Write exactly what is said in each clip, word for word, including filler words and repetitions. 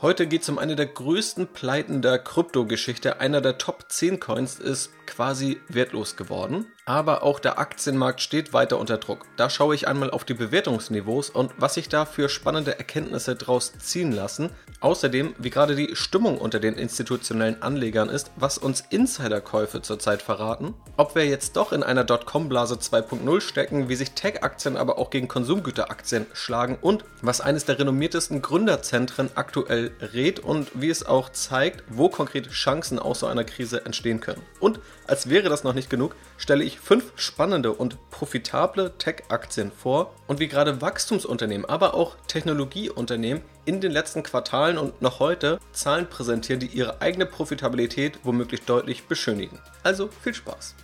Heute geht es um eine der größten Pleiten der Kryptogeschichte. Einer der Top zehn Coins ist quasi wertlos geworden. Aber auch der Aktienmarkt steht weiter unter Druck. Da schaue ich einmal auf die Bewertungsniveaus und was sich da für spannende Erkenntnisse draus ziehen lassen. Außerdem, wie gerade die Stimmung unter den institutionellen Anlegern ist, was uns Insiderkäufe zurzeit verraten, ob wir jetzt doch in einer Dotcom-Blase zwei Punkt null stecken, wie sich Tech-Aktien aber auch gegen Konsumgüteraktien schlagen und was eines der renommiertesten Gründerzentren aktuell rät und wie es auch zeigt, wo konkrete Chancen aus so einer Krise entstehen können. Und als wäre das noch nicht genug, stelle ich fünf spannende und profitable Tech-Aktien vor und wie gerade Wachstumsunternehmen, aber auch Technologieunternehmen in den letzten Quartalen und noch heute Zahlen präsentieren, die ihre eigene Profitabilität womöglich deutlich beschönigen. Also viel Spaß!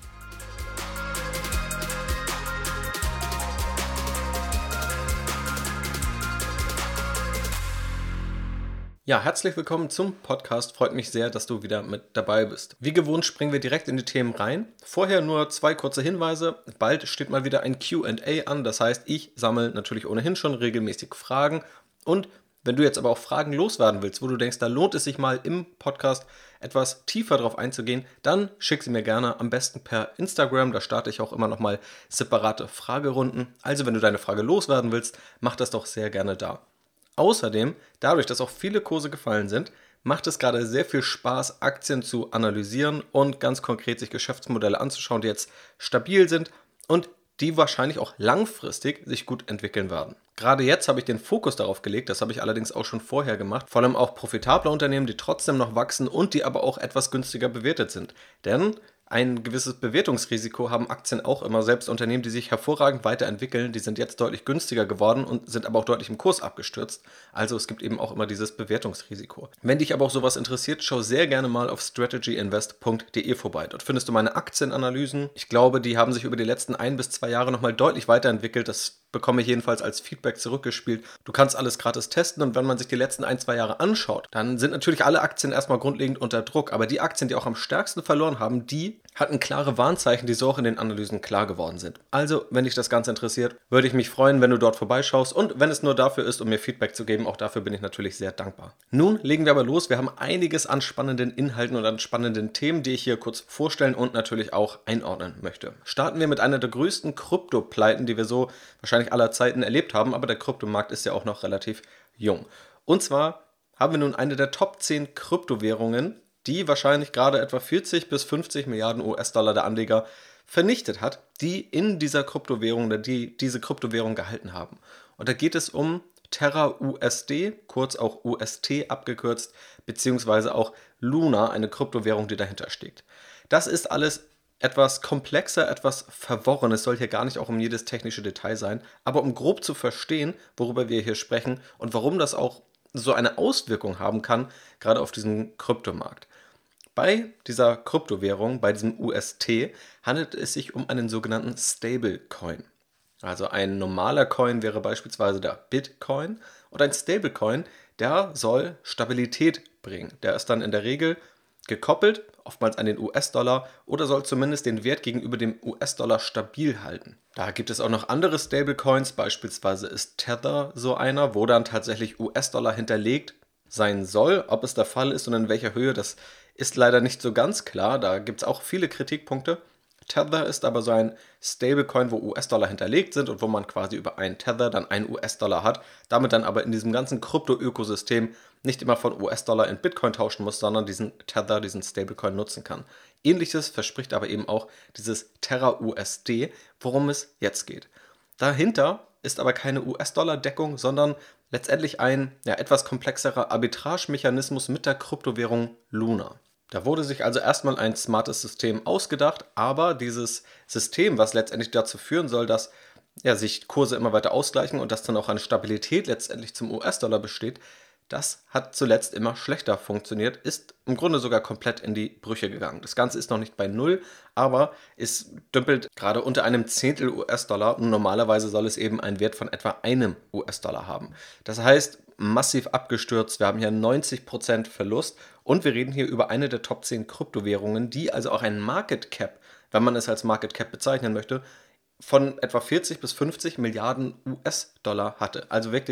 Ja, herzlich willkommen zum Podcast. Freut mich sehr, dass du wieder mit dabei bist. Wie gewohnt springen wir direkt in die Themen rein. Vorher nur zwei kurze Hinweise. Bald steht mal wieder ein Q und A an. Das heißt, ich sammle natürlich ohnehin schon regelmäßig Fragen. Und wenn du jetzt aber auch Fragen loswerden willst, wo du denkst, da lohnt es sich mal im Podcast etwas tiefer drauf einzugehen, dann schick sie mir gerne am besten per Instagram. Da starte ich auch immer nochmal separate Fragerunden. Also wenn du deine Frage loswerden willst, mach das doch sehr gerne da. Außerdem, dadurch, dass auch viele Kurse gefallen sind, macht es gerade sehr viel Spaß, Aktien zu analysieren und ganz konkret sich Geschäftsmodelle anzuschauen, die jetzt stabil sind und die wahrscheinlich auch langfristig sich gut entwickeln werden. Gerade jetzt habe ich den Fokus darauf gelegt, das habe ich allerdings auch schon vorher gemacht, vor allem auch profitable Unternehmen, die trotzdem noch wachsen und die aber auch etwas günstiger bewertet sind. Denn ein gewisses Bewertungsrisiko haben Aktien auch immer, selbst Unternehmen, die sich hervorragend weiterentwickeln, die sind jetzt deutlich günstiger geworden und sind aber auch deutlich im Kurs abgestürzt. Also es gibt eben auch immer dieses Bewertungsrisiko. Wenn dich aber auch sowas interessiert, schau sehr gerne mal auf strategy invest punkt de vorbei. Dort findest du meine Aktienanalysen. Ich glaube, die haben sich über die letzten ein bis zwei Jahre nochmal deutlich weiterentwickelt. Das bekomme ich jedenfalls als Feedback zurückgespielt. Du kannst alles gratis testen und wenn man sich die letzten ein, zwei Jahre anschaut, dann sind natürlich alle Aktien erstmal grundlegend unter Druck. Aber die Aktien, die auch am stärksten verloren haben, die hatten klare Warnzeichen, die so auch in den Analysen klar geworden sind. Also, wenn dich das Ganze interessiert, würde ich mich freuen, wenn du dort vorbeischaust und wenn es nur dafür ist, um mir Feedback zu geben, auch dafür bin ich natürlich sehr dankbar. Nun legen wir aber los. Wir haben einiges an spannenden Inhalten und an spannenden Themen, die ich hier kurz vorstellen und natürlich auch einordnen möchte. Starten wir mit einer der größten Kryptopleiten, die wir so wahrscheinlich aller Zeiten erlebt haben, aber der Kryptomarkt ist ja auch noch relativ jung. Und zwar haben wir nun eine der Top zehn Kryptowährungen, die wahrscheinlich gerade etwa vierzig bis fünfzig Milliarden U S-Dollar der Anleger vernichtet hat, die in dieser Kryptowährung oder die diese Kryptowährung gehalten haben. Und da geht es um Terra U S D, kurz auch U S T abgekürzt, beziehungsweise auch Luna, eine Kryptowährung, die dahinter steckt. Das ist alles etwas komplexer, etwas verworren. Es soll hier gar nicht auch um jedes technische Detail sein, aber um grob zu verstehen, worüber wir hier sprechen und warum das auch so eine Auswirkung haben kann, gerade auf diesen Kryptomarkt. Bei dieser Kryptowährung, bei diesem U S T, handelt es sich um einen sogenannten Stablecoin. Also ein normaler Coin wäre beispielsweise der Bitcoin und ein Stablecoin, der soll Stabilität bringen. Der ist dann in der Regel gekoppelt, oftmals an den U S-Dollar oder soll zumindest den Wert gegenüber dem U S-Dollar stabil halten. Da gibt es auch noch andere Stablecoins, beispielsweise ist Tether so einer, wo dann tatsächlich U S-Dollar hinterlegt sein soll. Ob es der Fall ist und in welcher Höhe, das ist leider nicht so ganz klar. Da gibt es auch viele Kritikpunkte. Tether ist aber so ein Stablecoin, wo U S-Dollar hinterlegt sind und wo man quasi über einen Tether dann einen U S-Dollar hat, damit dann aber in diesem ganzen Krypto-Ökosystem nicht immer von U S-Dollar in Bitcoin tauschen muss, sondern diesen Tether, diesen Stablecoin nutzen kann. Ähnliches verspricht aber eben auch dieses Terra U S D, worum es jetzt geht. Dahinter ist aber keine U S-Dollar-Deckung, sondern letztendlich ein ja, etwas komplexerer Arbitragemechanismus mit der Kryptowährung Luna. Da wurde sich also erstmal ein smartes System ausgedacht, aber dieses System, was letztendlich dazu führen soll, dass ja, sich Kurse immer weiter ausgleichen und dass dann auch eine Stabilität letztendlich zum U S-Dollar besteht, das hat zuletzt immer schlechter funktioniert, ist im Grunde sogar komplett in die Brüche gegangen. Das Ganze ist noch nicht bei Null, aber es dümpelt gerade unter einem Zehntel U S-Dollar und normalerweise soll es eben einen Wert von etwa einem U S-Dollar haben. Das heißt, massiv abgestürzt, wir haben hier neunzig Prozent Verlust und wir reden hier über eine der Top zehn Kryptowährungen, die also auch einen Market Cap, wenn man es als Market Cap bezeichnen möchte, von etwa vierzig bis fünfzig Milliarden U S-Dollar hatte. Also wirklich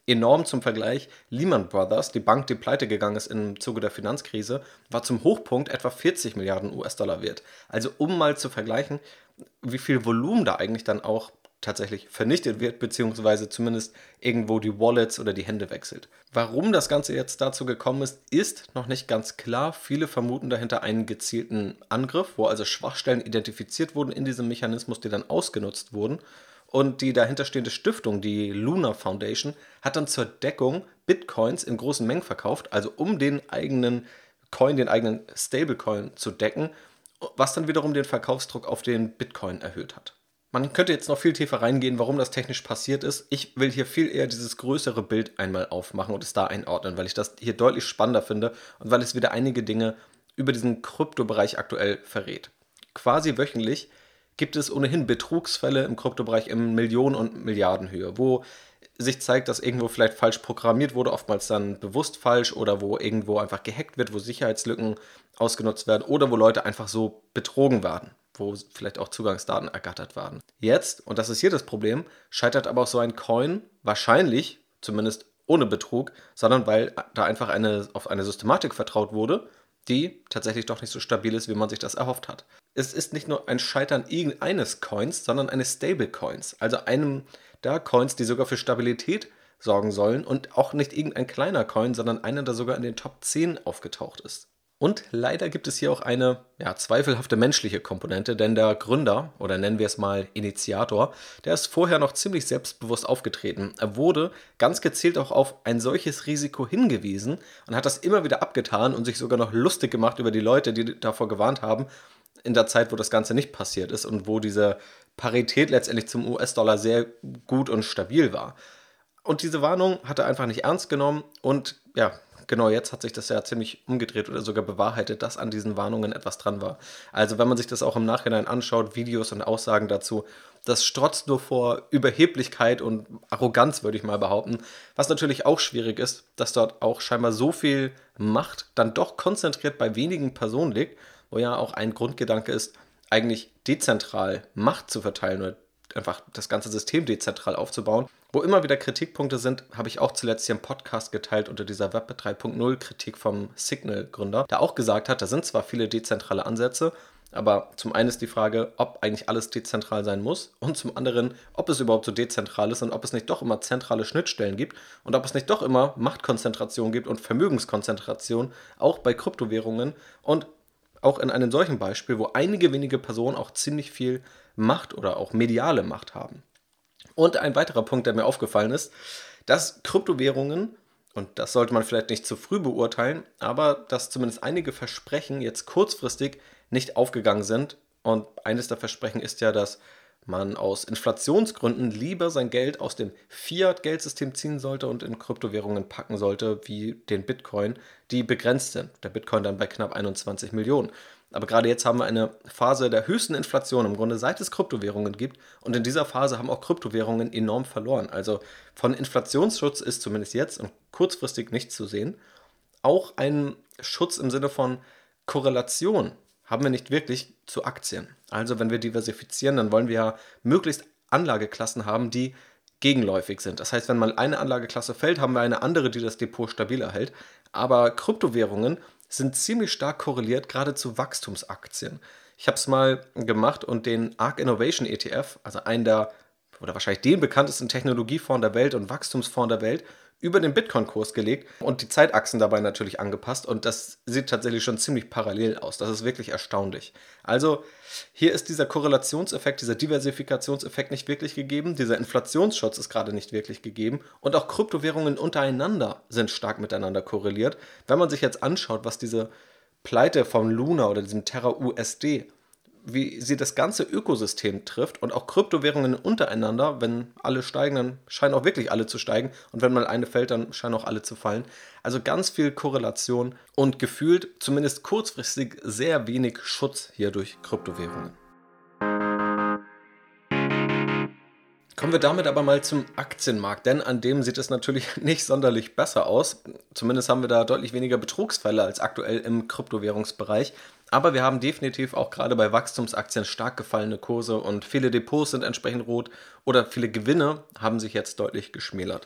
Enorm zum Vergleich, Lehman Brothers, die Bank, die pleite gegangen ist im Zuge der Finanzkrise, war zum Hochpunkt etwa vierzig Milliarden U S-Dollar wert. Also um mal zu vergleichen, wie viel Volumen da eigentlich dann auch tatsächlich vernichtet wird, beziehungsweise zumindest irgendwo die Wallets oder die Hände wechselt. Warum das Ganze jetzt dazu gekommen ist, ist noch nicht ganz klar. Viele vermuten dahinter einen gezielten Angriff, wo also Schwachstellen identifiziert wurden in diesem Mechanismus, die dann ausgenutzt wurden. Und die dahinterstehende Stiftung, die Luna Foundation, hat dann zur Deckung Bitcoins in großen Mengen verkauft, also um den eigenen Coin, den eigenen Stablecoin zu decken, was dann wiederum den Verkaufsdruck auf den Bitcoin erhöht hat. Man könnte jetzt noch viel tiefer reingehen, warum das technisch passiert ist. Ich will hier viel eher dieses größere Bild einmal aufmachen und es da einordnen, weil ich das hier deutlich spannender finde und weil es wieder einige Dinge über diesen Kryptobereich aktuell verrät. Quasi wöchentlich gibt es ohnehin Betrugsfälle im Kryptobereich in Millionen- und Milliardenhöhe, wo sich zeigt, dass irgendwo vielleicht falsch programmiert wurde, oftmals dann bewusst falsch oder wo irgendwo einfach gehackt wird, wo Sicherheitslücken ausgenutzt werden oder wo Leute einfach so betrogen werden, wo vielleicht auch Zugangsdaten ergattert waren. Jetzt, und das ist hier das Problem, scheitert aber auch so ein Coin wahrscheinlich, zumindest ohne Betrug, sondern weil da einfach eine, auf eine Systematik vertraut wurde, die tatsächlich doch nicht so stabil ist, wie man sich das erhofft hat. Es ist nicht nur ein Scheitern irgendeines Coins, sondern eines Stablecoins, also einem der Coins, die sogar für Stabilität sorgen sollen und auch nicht irgendein kleiner Coin, sondern einer, der sogar in den Top zehn aufgetaucht ist. Und leider gibt es hier auch eine ja, zweifelhafte menschliche Komponente, denn der Gründer, oder nennen wir es mal Initiator, der ist vorher noch ziemlich selbstbewusst aufgetreten. Er wurde ganz gezielt auch auf ein solches Risiko hingewiesen und hat das immer wieder abgetan und sich sogar noch lustig gemacht über die Leute, die davor gewarnt haben, in der Zeit, wo das Ganze nicht passiert ist und wo diese Parität letztendlich zum U S-Dollar sehr gut und stabil war. Und diese Warnung hat er einfach nicht ernst genommen und ja, genau jetzt hat sich das ja ziemlich umgedreht oder sogar bewahrheitet, dass an diesen Warnungen etwas dran war. Also wenn man sich das auch im Nachhinein anschaut, Videos und Aussagen dazu, das strotzt nur vor Überheblichkeit und Arroganz, würde ich mal behaupten. Was natürlich auch schwierig ist, dass dort auch scheinbar so viel Macht dann doch konzentriert bei wenigen Personen liegt, wo ja auch ein Grundgedanke ist, eigentlich dezentral Macht zu verteilen oder einfach das ganze System dezentral aufzubauen. Wo immer wieder Kritikpunkte sind, habe ich auch zuletzt hier im Podcast geteilt unter dieser Web drei Punkt null Kritik vom Signal-Gründer, der auch gesagt hat, da sind zwar viele dezentrale Ansätze, aber zum einen ist die Frage, ob eigentlich alles dezentral sein muss und zum anderen, ob es überhaupt so dezentral ist und ob es nicht doch immer zentrale Schnittstellen gibt und ob es nicht doch immer Machtkonzentration gibt und Vermögenskonzentration, auch bei Kryptowährungen und auch in einem solchen Beispiel, wo einige wenige Personen auch ziemlich viel Macht oder auch mediale Macht haben. Und ein weiterer Punkt, der mir aufgefallen ist, dass Kryptowährungen, und das sollte man vielleicht nicht zu früh beurteilen, aber dass zumindest einige Versprechen jetzt kurzfristig nicht aufgegangen sind. Und eines der Versprechen ist ja, dass man aus Inflationsgründen lieber sein Geld aus dem Fiat-Geldsystem ziehen sollte und in Kryptowährungen packen sollte, wie den Bitcoin, die begrenzt sind. Der Bitcoin dann bei knapp einundzwanzig Millionen. Aber gerade jetzt haben wir eine Phase der höchsten Inflation, im Grunde seit es Kryptowährungen gibt. Und in dieser Phase haben auch Kryptowährungen enorm verloren. Also von Inflationsschutz ist zumindest jetzt und kurzfristig nichts zu sehen. Auch ein Schutz im Sinne von Korrelation haben wir nicht wirklich zu Aktien. Also wenn wir diversifizieren, dann wollen wir ja möglichst Anlageklassen haben, die gegenläufig sind. Das heißt, wenn mal eine Anlageklasse fällt, haben wir eine andere, die das Depot stabiler hält. Aber Kryptowährungen sind ziemlich stark korreliert, gerade zu Wachstumsaktien. Ich habe es mal gemacht und den ARK Innovation E T F, also einen der, oder wahrscheinlich den bekanntesten Technologiefonds der Welt und Wachstumsfonds der Welt, über den Bitcoin-Kurs gelegt und die Zeitachsen dabei natürlich angepasst und das sieht tatsächlich schon ziemlich parallel aus. Das ist wirklich erstaunlich. Also hier ist dieser Korrelationseffekt, dieser Diversifikationseffekt nicht wirklich gegeben, dieser Inflationsschutz ist gerade nicht wirklich gegeben und auch Kryptowährungen untereinander sind stark miteinander korreliert. Wenn man sich jetzt anschaut, was diese Pleite von Luna oder diesem Terra U S D, wie sie das ganze Ökosystem trifft und auch Kryptowährungen untereinander, wenn alle steigen, dann scheinen auch wirklich alle zu steigen und wenn mal eine fällt, dann scheinen auch alle zu fallen. Also ganz viel Korrelation und gefühlt zumindest kurzfristig sehr wenig Schutz hier durch Kryptowährungen. Kommen wir damit aber mal zum Aktienmarkt, denn an dem sieht es natürlich nicht sonderlich besser aus. Zumindest haben wir da deutlich weniger Betrugsfälle als aktuell im Kryptowährungsbereich. Aber wir haben definitiv auch gerade bei Wachstumsaktien stark gefallene Kurse und viele Depots sind entsprechend rot oder viele Gewinne haben sich jetzt deutlich geschmälert.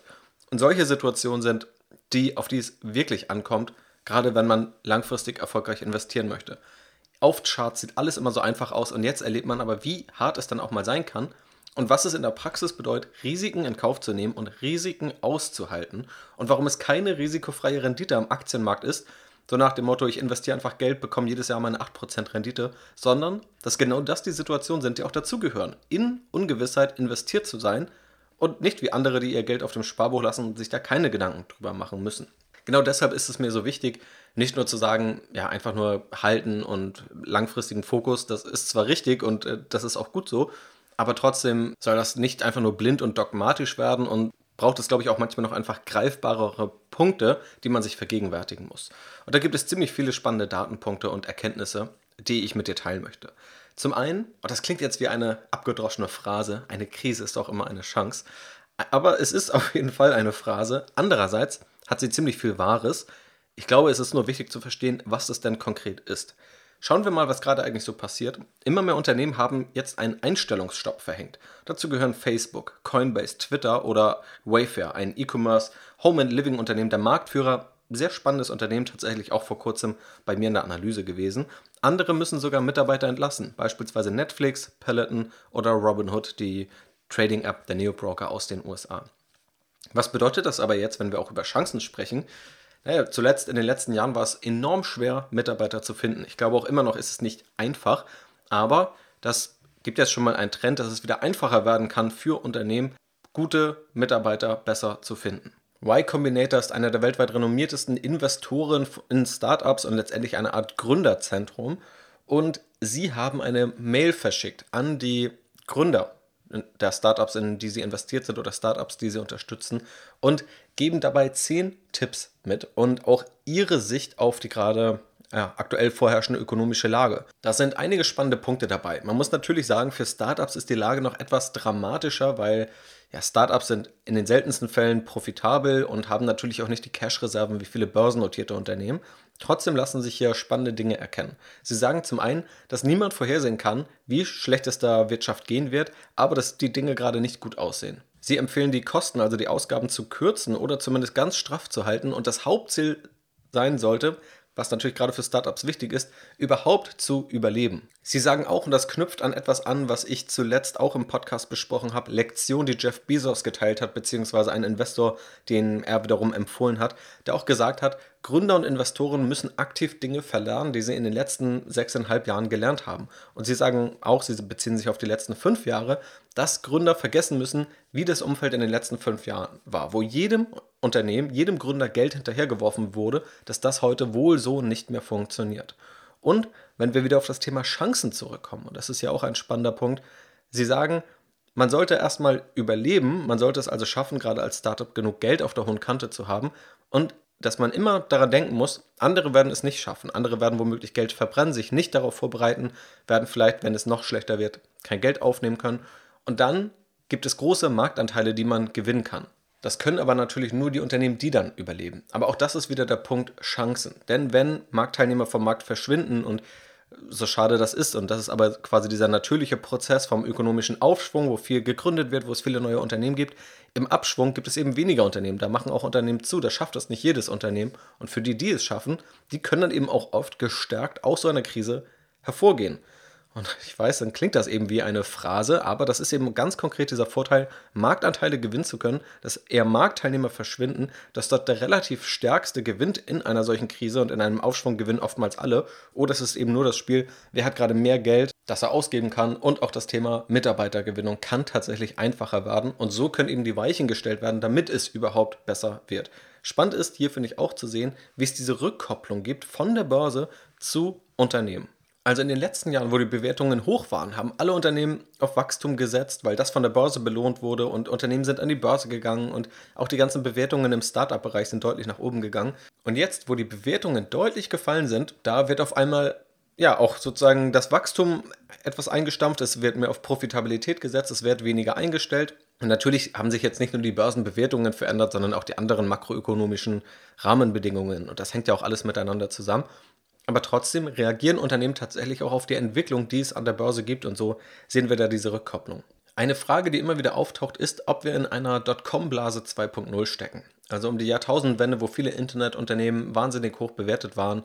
Und solche Situationen sind die, auf die es wirklich ankommt, gerade wenn man langfristig erfolgreich investieren möchte. Auf Charts sieht alles immer so einfach aus und jetzt erlebt man aber, wie hart es dann auch mal sein kann und was es in der Praxis bedeutet, Risiken in Kauf zu nehmen und Risiken auszuhalten und warum es keine risikofreie Rendite am Aktienmarkt ist, so nach dem Motto, ich investiere einfach Geld, bekomme jedes Jahr meine acht Prozent Rendite, sondern dass genau das die Situationen sind, die auch dazugehören, in Ungewissheit investiert zu sein und nicht wie andere, die ihr Geld auf dem Sparbuch lassen und sich da keine Gedanken drüber machen müssen. Genau deshalb ist es mir so wichtig, nicht nur zu sagen, ja, einfach nur halten und langfristigen Fokus, das ist zwar richtig und äh, das ist auch gut so, aber trotzdem soll das nicht einfach nur blind und dogmatisch werden und braucht es, glaube ich, auch manchmal noch einfach greifbarere Punkte, die man sich vergegenwärtigen muss. Und da gibt es ziemlich viele spannende Datenpunkte und Erkenntnisse, die ich mit dir teilen möchte. Zum einen, und das klingt jetzt wie eine abgedroschene Phrase, eine Krise ist auch immer eine Chance, aber es ist auf jeden Fall eine Phrase. Andererseits hat sie ziemlich viel Wahres. Ich glaube, es ist nur wichtig zu verstehen, was es denn konkret ist. Schauen wir mal, was gerade eigentlich so passiert. Immer mehr Unternehmen haben jetzt einen Einstellungsstopp verhängt. Dazu gehören Facebook, Coinbase, Twitter oder Wayfair, ein E-Commerce, Home-and-Living-Unternehmen, der Marktführer. Sehr spannendes Unternehmen, tatsächlich auch vor kurzem bei mir in der Analyse gewesen. Andere müssen sogar Mitarbeiter entlassen, beispielsweise Netflix, Peloton oder Robinhood, die Trading-App der Neobroker aus den U S A. Was bedeutet das aber jetzt, wenn wir auch über Chancen sprechen? Naja, zuletzt in den letzten Jahren war es enorm schwer, Mitarbeiter zu finden. Ich glaube auch immer noch ist es nicht einfach, aber das gibt jetzt schon mal einen Trend, dass es wieder einfacher werden kann für Unternehmen, gute Mitarbeiter besser zu finden. Y Combinator ist einer der weltweit renommiertesten Investoren in Startups und letztendlich eine Art Gründerzentrum. Und sie haben eine Mail verschickt an die Gründer der Startups, in die sie investiert sind oder Startups, die sie unterstützen und geben dabei zehn Tipps mit und auch ihre Sicht auf die gerade ja, aktuell vorherrschende ökonomische Lage. Da sind einige spannende Punkte dabei. Man muss natürlich sagen, für Startups ist die Lage noch etwas dramatischer, weil ja, Startups sind in den seltensten Fällen profitabel und haben natürlich auch nicht die Cash-Reserven wie viele börsennotierte Unternehmen. Trotzdem lassen sich hier spannende Dinge erkennen. Sie sagen zum einen, dass niemand vorhersehen kann, wie schlecht es der Wirtschaft gehen wird, aber dass die Dinge gerade nicht gut aussehen. Sie empfehlen, die Kosten, also die Ausgaben, zu kürzen oder zumindest ganz straff zu halten und das Hauptziel sein sollte, was natürlich gerade für Startups wichtig ist, überhaupt zu überleben. Sie sagen auch, und das knüpft an etwas an, was ich zuletzt auch im Podcast besprochen habe, Lektion, die Jeff Bezos geteilt hat, beziehungsweise ein Investor, den er wiederum empfohlen hat, der auch gesagt hat, Gründer und Investoren müssen aktiv Dinge verlernen, die sie in den letzten sechseinhalb Jahren gelernt haben. Und sie sagen auch, sie beziehen sich auf die letzten fünf Jahre, dass Gründer vergessen müssen, wie das Umfeld in den letzten fünf Jahren war, wo jedem Unternehmen, jedem Gründer Geld hinterhergeworfen wurde, dass das heute wohl so nicht mehr funktioniert. Und wenn wir wieder auf das Thema Chancen zurückkommen, und das ist ja auch ein spannender Punkt, sie sagen, man sollte erstmal überleben, man sollte es also schaffen, gerade als Startup genug Geld auf der hohen Kante zu haben und dass man immer daran denken muss, andere werden es nicht schaffen, andere werden womöglich Geld verbrennen, sich nicht darauf vorbereiten, werden vielleicht, wenn es noch schlechter wird, kein Geld aufnehmen können und dann gibt es große Marktanteile, die man gewinnen kann. Das können aber natürlich nur die Unternehmen, die dann überleben. Aber auch das ist wieder der Punkt Chancen. Denn wenn Marktteilnehmer vom Markt verschwinden und so schade das ist, und das ist aber quasi dieser natürliche Prozess vom ökonomischen Aufschwung, wo viel gegründet wird, wo es viele neue Unternehmen gibt, im Abschwung gibt es eben weniger Unternehmen. Da machen auch Unternehmen zu, das schafft das nicht jedes Unternehmen. Und für die, die es schaffen, die können dann eben auch oft gestärkt aus so einer Krise hervorgehen. Und ich weiß, dann klingt das eben wie eine Phrase, aber das ist eben ganz konkret dieser Vorteil, Marktanteile gewinnen zu können, dass eher Marktteilnehmer verschwinden, dass dort der relativ stärkste gewinnt in einer solchen Krise und in einem Aufschwung gewinnen oftmals alle. Oder es ist eben nur das Spiel, wer hat gerade mehr Geld, das er ausgeben kann und auch das Thema Mitarbeitergewinnung kann tatsächlich einfacher werden und so können eben die Weichen gestellt werden, damit es überhaupt besser wird. Spannend ist hier, finde ich, auch zu sehen, wie es diese Rückkopplung gibt von der Börse zu Unternehmen. Also in den letzten Jahren, wo die Bewertungen hoch waren, haben alle Unternehmen auf Wachstum gesetzt, weil das von der Börse belohnt wurde und Unternehmen sind an die Börse gegangen und auch die ganzen Bewertungen im Startup-Bereich sind deutlich nach oben gegangen. Und jetzt, wo die Bewertungen deutlich gefallen sind, da wird auf einmal ja auch sozusagen das Wachstum etwas eingestampft, es wird mehr auf Profitabilität gesetzt, es wird weniger eingestellt. Und natürlich haben sich jetzt nicht nur die Börsenbewertungen verändert, sondern auch die anderen makroökonomischen Rahmenbedingungen. Und das hängt ja auch alles miteinander zusammen. Aber trotzdem reagieren Unternehmen tatsächlich auch auf die Entwicklung, die es an der Börse gibt und so sehen wir da diese Rückkopplung. Eine Frage, die immer wieder auftaucht, ist, ob wir in einer Dotcom-Blase zwei Punkt null stecken. Also um die Jahrtausendwende, wo viele Internetunternehmen wahnsinnig hoch bewertet waren.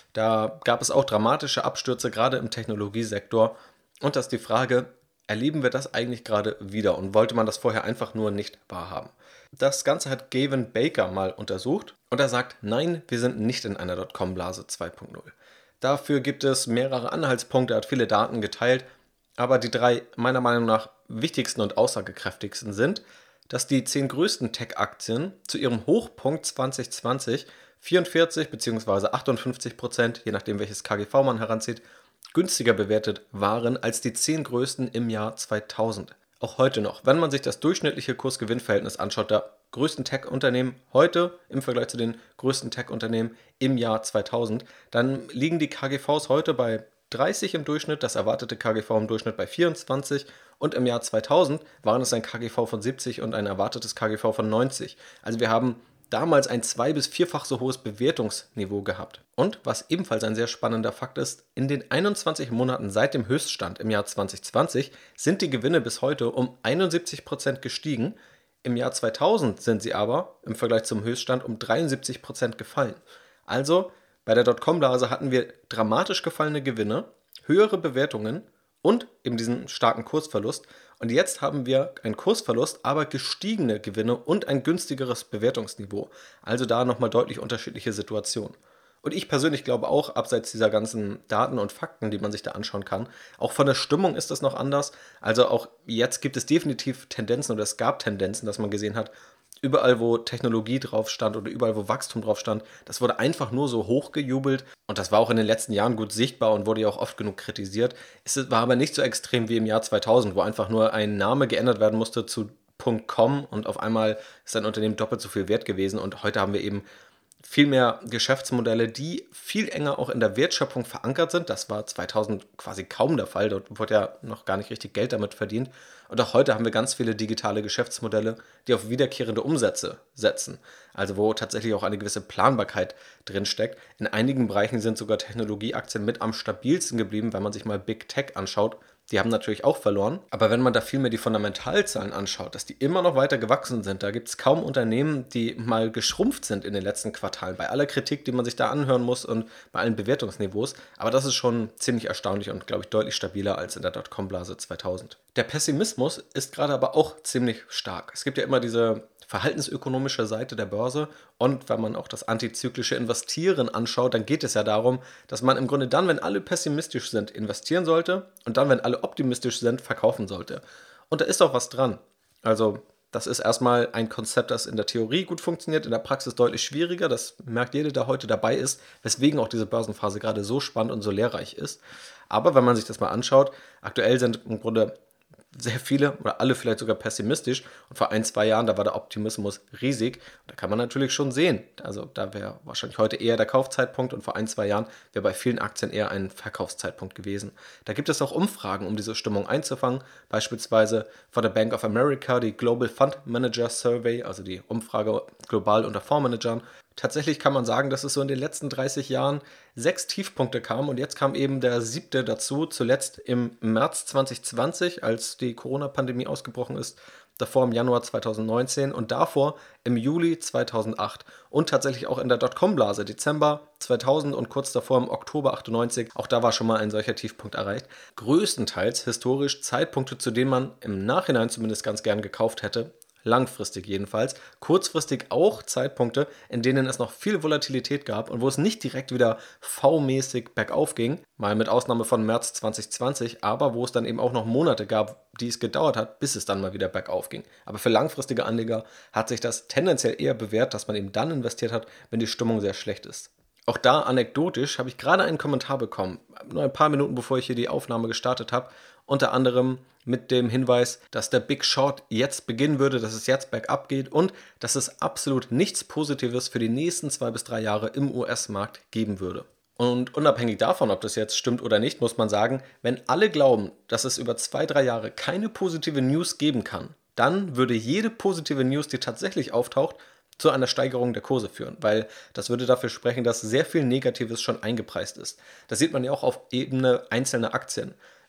Da gab es auch dramatische Abstürze, gerade im Technologiesektor. Und das ist die Frage, erleben wir das eigentlich gerade wieder und wollte man das vorher einfach nur nicht wahrhaben? Das Ganze hat Gavin Baker mal untersucht und er sagt, nein, wir sind nicht in einer Dotcom-Blase zwei Punkt null. Dafür gibt es mehrere Anhaltspunkte, er hat viele Daten geteilt, aber die drei meiner Meinung nach wichtigsten und aussagekräftigsten sind, dass die zehn größten Tech-Aktien zu ihrem Hochpunkt zwanzig zwanzig vierundvierzig bzw. achtundfünfzig Prozent, je nachdem welches K G V man heranzieht, günstiger bewertet waren als die zehn größten im Jahr zweitausend. Auch heute noch, wenn man sich das durchschnittliche Kurs-Gewinn-Verhältnis anschaut, der größten Tech-Unternehmen heute im Vergleich zu den größten Tech-Unternehmen im Jahr zweitausend, dann liegen die K G Vs heute bei dreißig im Durchschnitt, das erwartete K G V im Durchschnitt bei vierundzwanzig und im Jahr zweitausend waren es ein K G V von siebzig und ein erwartetes K G V von neunzig. Also wir haben damals ein zwei- bis vierfach so hohes Bewertungsniveau gehabt. Und was ebenfalls ein sehr spannender Fakt ist, in den einundzwanzig Monaten seit dem Höchststand im Jahr zwanzig zwanzig sind die Gewinne bis heute um einundsiebzig Prozent gestiegen. Im Jahr zweitausend sind sie aber im Vergleich zum Höchststand um dreiundsiebzig Prozent gefallen. Also bei der Dotcom-Blase hatten wir dramatisch gefallene Gewinne, höhere Bewertungen und eben diesen starken Kursverlust. Und jetzt haben wir einen Kursverlust, aber gestiegene Gewinne und ein günstigeres Bewertungsniveau. Also da nochmal deutlich unterschiedliche Situationen. Und ich persönlich glaube auch, abseits dieser ganzen Daten und Fakten, die man sich da anschauen kann, auch von der Stimmung ist das noch anders. Also auch jetzt gibt es definitiv Tendenzen oder es gab Tendenzen, dass man gesehen hat, überall, wo Technologie drauf stand oder überall, wo Wachstum drauf stand, das wurde einfach nur so hochgejubelt und das war auch in den letzten Jahren gut sichtbar und wurde ja auch oft genug kritisiert. Es war aber nicht so extrem wie im Jahr zweitausend, wo einfach nur ein Name geändert werden musste zu .com und auf einmal ist ein Unternehmen doppelt so viel wert gewesen und heute haben wir eben viel mehr Geschäftsmodelle, die viel enger auch in der Wertschöpfung verankert sind. Das war zweitausend quasi kaum der Fall. Dort wurde ja noch gar nicht richtig Geld damit verdient. Und auch heute haben wir ganz viele digitale Geschäftsmodelle, die auf wiederkehrende Umsätze setzen. Also wo tatsächlich auch eine gewisse Planbarkeit drinsteckt. In einigen Bereichen sind sogar Technologieaktien mit am stabilsten geblieben, wenn man sich mal Big Tech anschaut. Die haben natürlich auch verloren, aber wenn man da viel mehr die Fundamentalzahlen anschaut, dass die immer noch weiter gewachsen sind, da gibt es kaum Unternehmen, die mal geschrumpft sind in den letzten Quartalen, bei aller Kritik, die man sich da anhören muss und bei allen Bewertungsniveaus, aber das ist schon ziemlich erstaunlich und, glaube ich, deutlich stabiler als in der Dotcom-Blase zweitausend. Der Pessimismus ist gerade aber auch ziemlich stark. Es gibt ja immer diese verhaltensökonomische Seite der Börse und wenn man auch das antizyklische Investieren anschaut, dann geht es ja darum, dass man im Grunde dann, wenn alle pessimistisch sind, investieren sollte und dann, wenn alle optimistisch sind, verkaufen sollte. Und da ist auch was dran. Also das ist erstmal ein Konzept, das in der Theorie gut funktioniert, in der Praxis deutlich schwieriger. Das merkt jeder, der heute dabei ist, weswegen auch diese Börsenphase gerade so spannend und so lehrreich ist. Aber wenn man sich das mal anschaut, aktuell sind im Grunde sehr viele oder alle vielleicht sogar pessimistisch und vor ein, zwei Jahren, da war der Optimismus riesig. Und da kann man natürlich schon sehen, also da wäre wahrscheinlich heute eher der Kaufzeitpunkt und vor ein, zwei Jahren wäre bei vielen Aktien eher ein Verkaufszeitpunkt gewesen. Da gibt es auch Umfragen, um diese Stimmung einzufangen, beispielsweise von der Bank of America, die Global Fund Manager Survey, also die Umfrage global unter Fondsmanagern. Tatsächlich kann man sagen, dass es so in den letzten dreißig Jahren sechs Tiefpunkte kam und jetzt kam eben der siebte dazu, zuletzt im März zwanzig zwanzig, als die Corona-Pandemie ausgebrochen ist, davor im Januar zweitausendneunzehn und davor im Juli zweitausendacht und tatsächlich auch in der Dotcom-Blase, Dezember zweitausend und kurz davor im Oktober achtundneunzig, auch da war schon mal ein solcher Tiefpunkt erreicht. Größtenteils historisch Zeitpunkte, zu denen man im Nachhinein zumindest ganz gern gekauft hätte. Langfristig jedenfalls, kurzfristig auch Zeitpunkte, in denen es noch viel Volatilität gab und wo es nicht direkt wieder V-mäßig bergauf ging, mal mit Ausnahme von März zwanzig zwanzig, aber wo es dann eben auch noch Monate gab, die es gedauert hat, bis es dann mal wieder bergauf ging. Aber für langfristige Anleger hat sich das tendenziell eher bewährt, dass man eben dann investiert hat, wenn die Stimmung sehr schlecht ist. Auch da anekdotisch habe ich gerade einen Kommentar bekommen, nur ein paar Minuten bevor ich hier die Aufnahme gestartet habe, unter anderem mit dem Hinweis, dass der Big Short jetzt beginnen würde, dass es jetzt bergab geht und dass es absolut nichts Positives für die nächsten zwei bis drei Jahre im U S-Markt geben würde. Und unabhängig davon, ob das jetzt stimmt oder nicht, muss man sagen, wenn alle glauben, dass es über zwei, drei Jahre keine positive News geben kann, dann würde jede positive News, die tatsächlich auftaucht, zu einer Steigerung der Kurse führen, weil das würde dafür sprechen, dass sehr viel Negatives schon eingepreist ist. Das sieht man ja auch auf Ebene einzelner Aktien.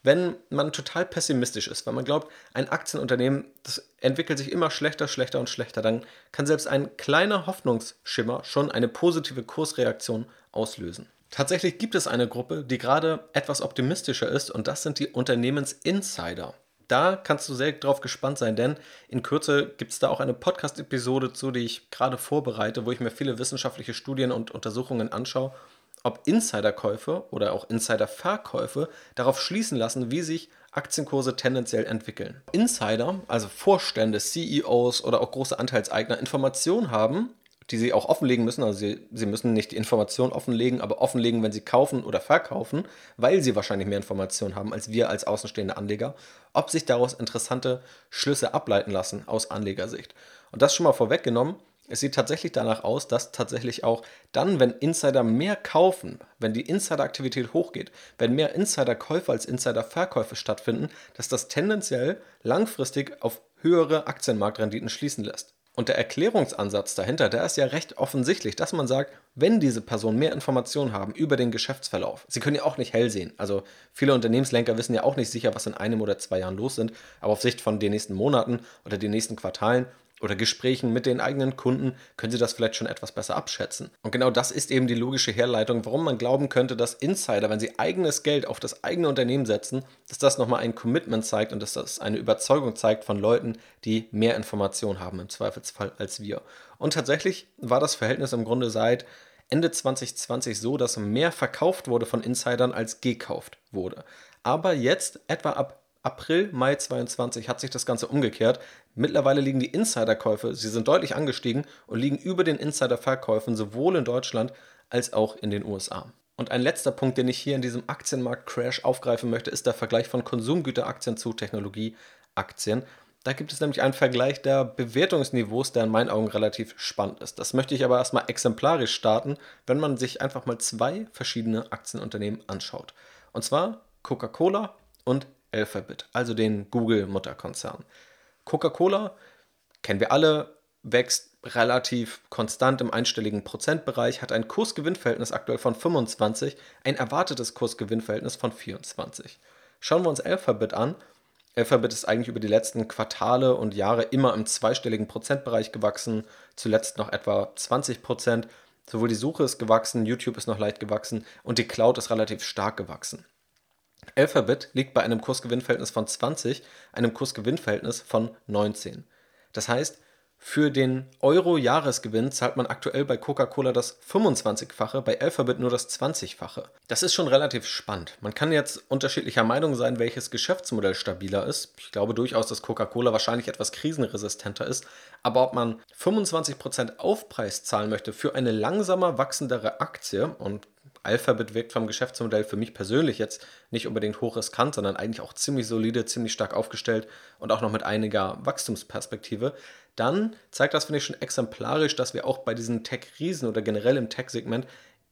Wenn man total pessimistisch ist, wenn man glaubt, ein Aktienunternehmen, das entwickelt sich immer schlechter, schlechter und schlechter, dann kann selbst ein kleiner Hoffnungsschimmer schon eine positive Kursreaktion auslösen. Tatsächlich gibt es eine Gruppe, die gerade etwas optimistischer ist, und das sind die Unternehmensinsider. Da kannst du sehr drauf gespannt sein, denn in Kürze gibt es da auch eine Podcast-Episode zu, die ich gerade vorbereite, wo ich mir viele wissenschaftliche Studien und Untersuchungen anschaue, ob Insiderkäufe oder auch Insiderverkäufe darauf schließen lassen, wie sich Aktienkurse tendenziell entwickeln. Insider, also Vorstände, C E Os oder auch große Anteilseigner, Informationen haben, die sie auch offenlegen müssen. Also sie, sie müssen nicht die Information offenlegen, aber offenlegen, wenn sie kaufen oder verkaufen, weil sie wahrscheinlich mehr Informationen haben als wir als außenstehende Anleger, ob sich daraus interessante Schlüsse ableiten lassen aus Anlegersicht. Und das schon mal vorweggenommen. Es sieht tatsächlich danach aus, dass tatsächlich auch dann, wenn Insider mehr kaufen, wenn die Insideraktivität hochgeht, wenn mehr Insiderkäufe als Insiderverkäufe stattfinden, dass das tendenziell langfristig auf höhere Aktienmarktrenditen schließen lässt. Und der Erklärungsansatz dahinter, der ist ja recht offensichtlich, dass man sagt, wenn diese Personen mehr Informationen haben über den Geschäftsverlauf, sie können ja auch nicht hell sehen, also viele Unternehmenslenker wissen ja auch nicht sicher, was in einem oder zwei Jahren los sind, aber auf Sicht von den nächsten Monaten oder den nächsten Quartalen oder Gesprächen mit den eigenen Kunden können Sie das vielleicht schon etwas besser abschätzen. Und genau das ist eben die logische Herleitung, warum man glauben könnte, dass Insider, wenn sie eigenes Geld auf das eigene Unternehmen setzen, dass das nochmal ein Commitment zeigt und dass das eine Überzeugung zeigt von Leuten, die mehr Informationen haben im Zweifelsfall als wir. Und tatsächlich war das Verhältnis im Grunde seit Ende zwanzig zwanzig so, dass mehr verkauft wurde von Insidern als gekauft wurde. Aber jetzt, etwa ab April, Mai zweiundzwanzig, hat sich das Ganze umgekehrt. Mittlerweile liegen die Insiderkäufe, sie sind deutlich angestiegen und liegen über den Insiderverkäufen sowohl in Deutschland als auch in den U S A. Und ein letzter Punkt, den ich hier in diesem Aktienmarkt-Crash aufgreifen möchte, ist der Vergleich von Konsumgüteraktien zu Technologieaktien. Da gibt es nämlich einen Vergleich der Bewertungsniveaus, der in meinen Augen relativ spannend ist. Das möchte ich aber erstmal exemplarisch starten, wenn man sich einfach mal zwei verschiedene Aktienunternehmen anschaut. Und zwar Coca-Cola und Alphabet, also den Google-Mutterkonzern. Coca-Cola, kennen wir alle, wächst relativ konstant im einstelligen Prozentbereich, hat ein Kursgewinnverhältnis aktuell von fünfundzwanzig, ein erwartetes Kursgewinnverhältnis von vierundzwanzig. Schauen wir uns Alphabet an. Alphabet ist eigentlich über die letzten Quartale und Jahre immer im zweistelligen Prozentbereich gewachsen, zuletzt noch etwa zwanzig Prozent. Sowohl die Suche ist gewachsen, YouTube ist noch leicht gewachsen und die Cloud ist relativ stark gewachsen. Alphabet liegt bei einem Kursgewinnverhältnis von zwanzig, einem Kursgewinnverhältnis von neunzehn. Das heißt, für den Euro-Jahresgewinn zahlt man aktuell bei Coca-Cola das fünfundzwanzigfache, bei Alphabet nur das zwanzigfache. Das ist schon relativ spannend. Man kann jetzt unterschiedlicher Meinung sein, welches Geschäftsmodell stabiler ist. Ich glaube durchaus, dass Coca-Cola wahrscheinlich etwas krisenresistenter ist. Aber ob man fünfundzwanzig Prozent Aufpreis zahlen möchte für eine langsamer wachsendere Aktie, und Alphabet wirkt vom Geschäftsmodell für mich persönlich jetzt nicht unbedingt hochriskant, sondern eigentlich auch ziemlich solide, ziemlich stark aufgestellt und auch noch mit einiger Wachstumsperspektive, dann zeigt das, finde ich, schon exemplarisch, dass wir auch bei diesen Tech-Riesen oder generell im Tech-Segment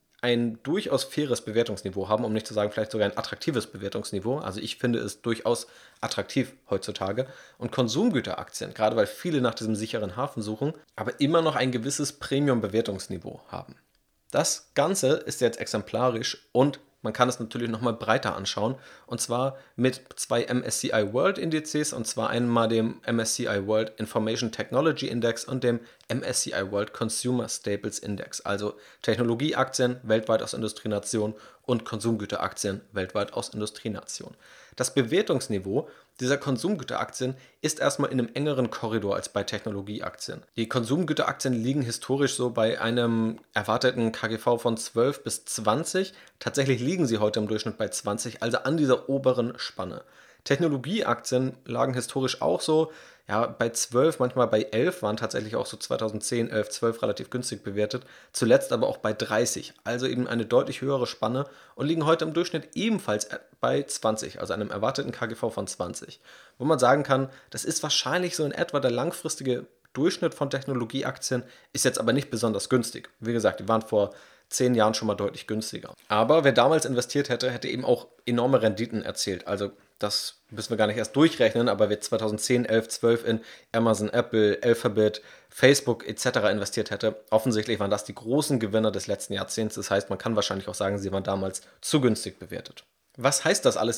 ein durchaus faires Bewertungsniveau haben, um nicht zu sagen, vielleicht sogar ein attraktives Bewertungsniveau. Also ich finde es durchaus attraktiv heutzutage. Und Konsumgüteraktien, gerade weil viele nach diesem sicheren Hafen suchen, aber immer noch ein gewisses Premium-Bewertungsniveau haben. Das Ganze ist jetzt exemplarisch und man kann es natürlich nochmal breiter anschauen, und zwar mit zwei M S C I World Indizes, und zwar einmal dem M S C I World Information Technology Index und dem M S C I World Consumer Staples Index, also Technologieaktien weltweit aus Industrienationen und Konsumgüteraktien weltweit aus Industrienationen. Das Bewertungsniveau dieser Konsumgüteraktien ist erstmal in einem engeren Korridor als bei Technologieaktien. Die Konsumgüteraktien liegen historisch so bei einem erwarteten K G V von zwölf bis zwanzig. Tatsächlich liegen sie heute im Durchschnitt bei zwanzig, also an dieser oberen Spanne. Technologieaktien lagen historisch auch so, ja, bei zwölf, manchmal bei elf, waren tatsächlich auch so zweitausendzehn, elf, zwölf relativ günstig bewertet, zuletzt aber auch bei dreißig, also eben eine deutlich höhere Spanne, und liegen heute im Durchschnitt ebenfalls bei zwanzig, also einem erwarteten K G V von zwanzig. Wo man sagen kann, das ist wahrscheinlich so in etwa der langfristige Durchschnitt von Technologieaktien, ist jetzt aber nicht besonders günstig. Wie gesagt, die waren vor zehn Jahren schon mal deutlich günstiger. Aber wer damals investiert hätte, hätte eben auch enorme Renditen erzielt. Also das müssen wir gar nicht erst durchrechnen, aber wer zweitausendzehn, elf, zwölf in Amazon, Apple, Alphabet, Facebook et cetera investiert hätte, offensichtlich waren das die großen Gewinner des letzten Jahrzehnts. Das heißt, man kann wahrscheinlich auch sagen, sie waren damals zu günstig bewertet. Was heißt das alles jetzt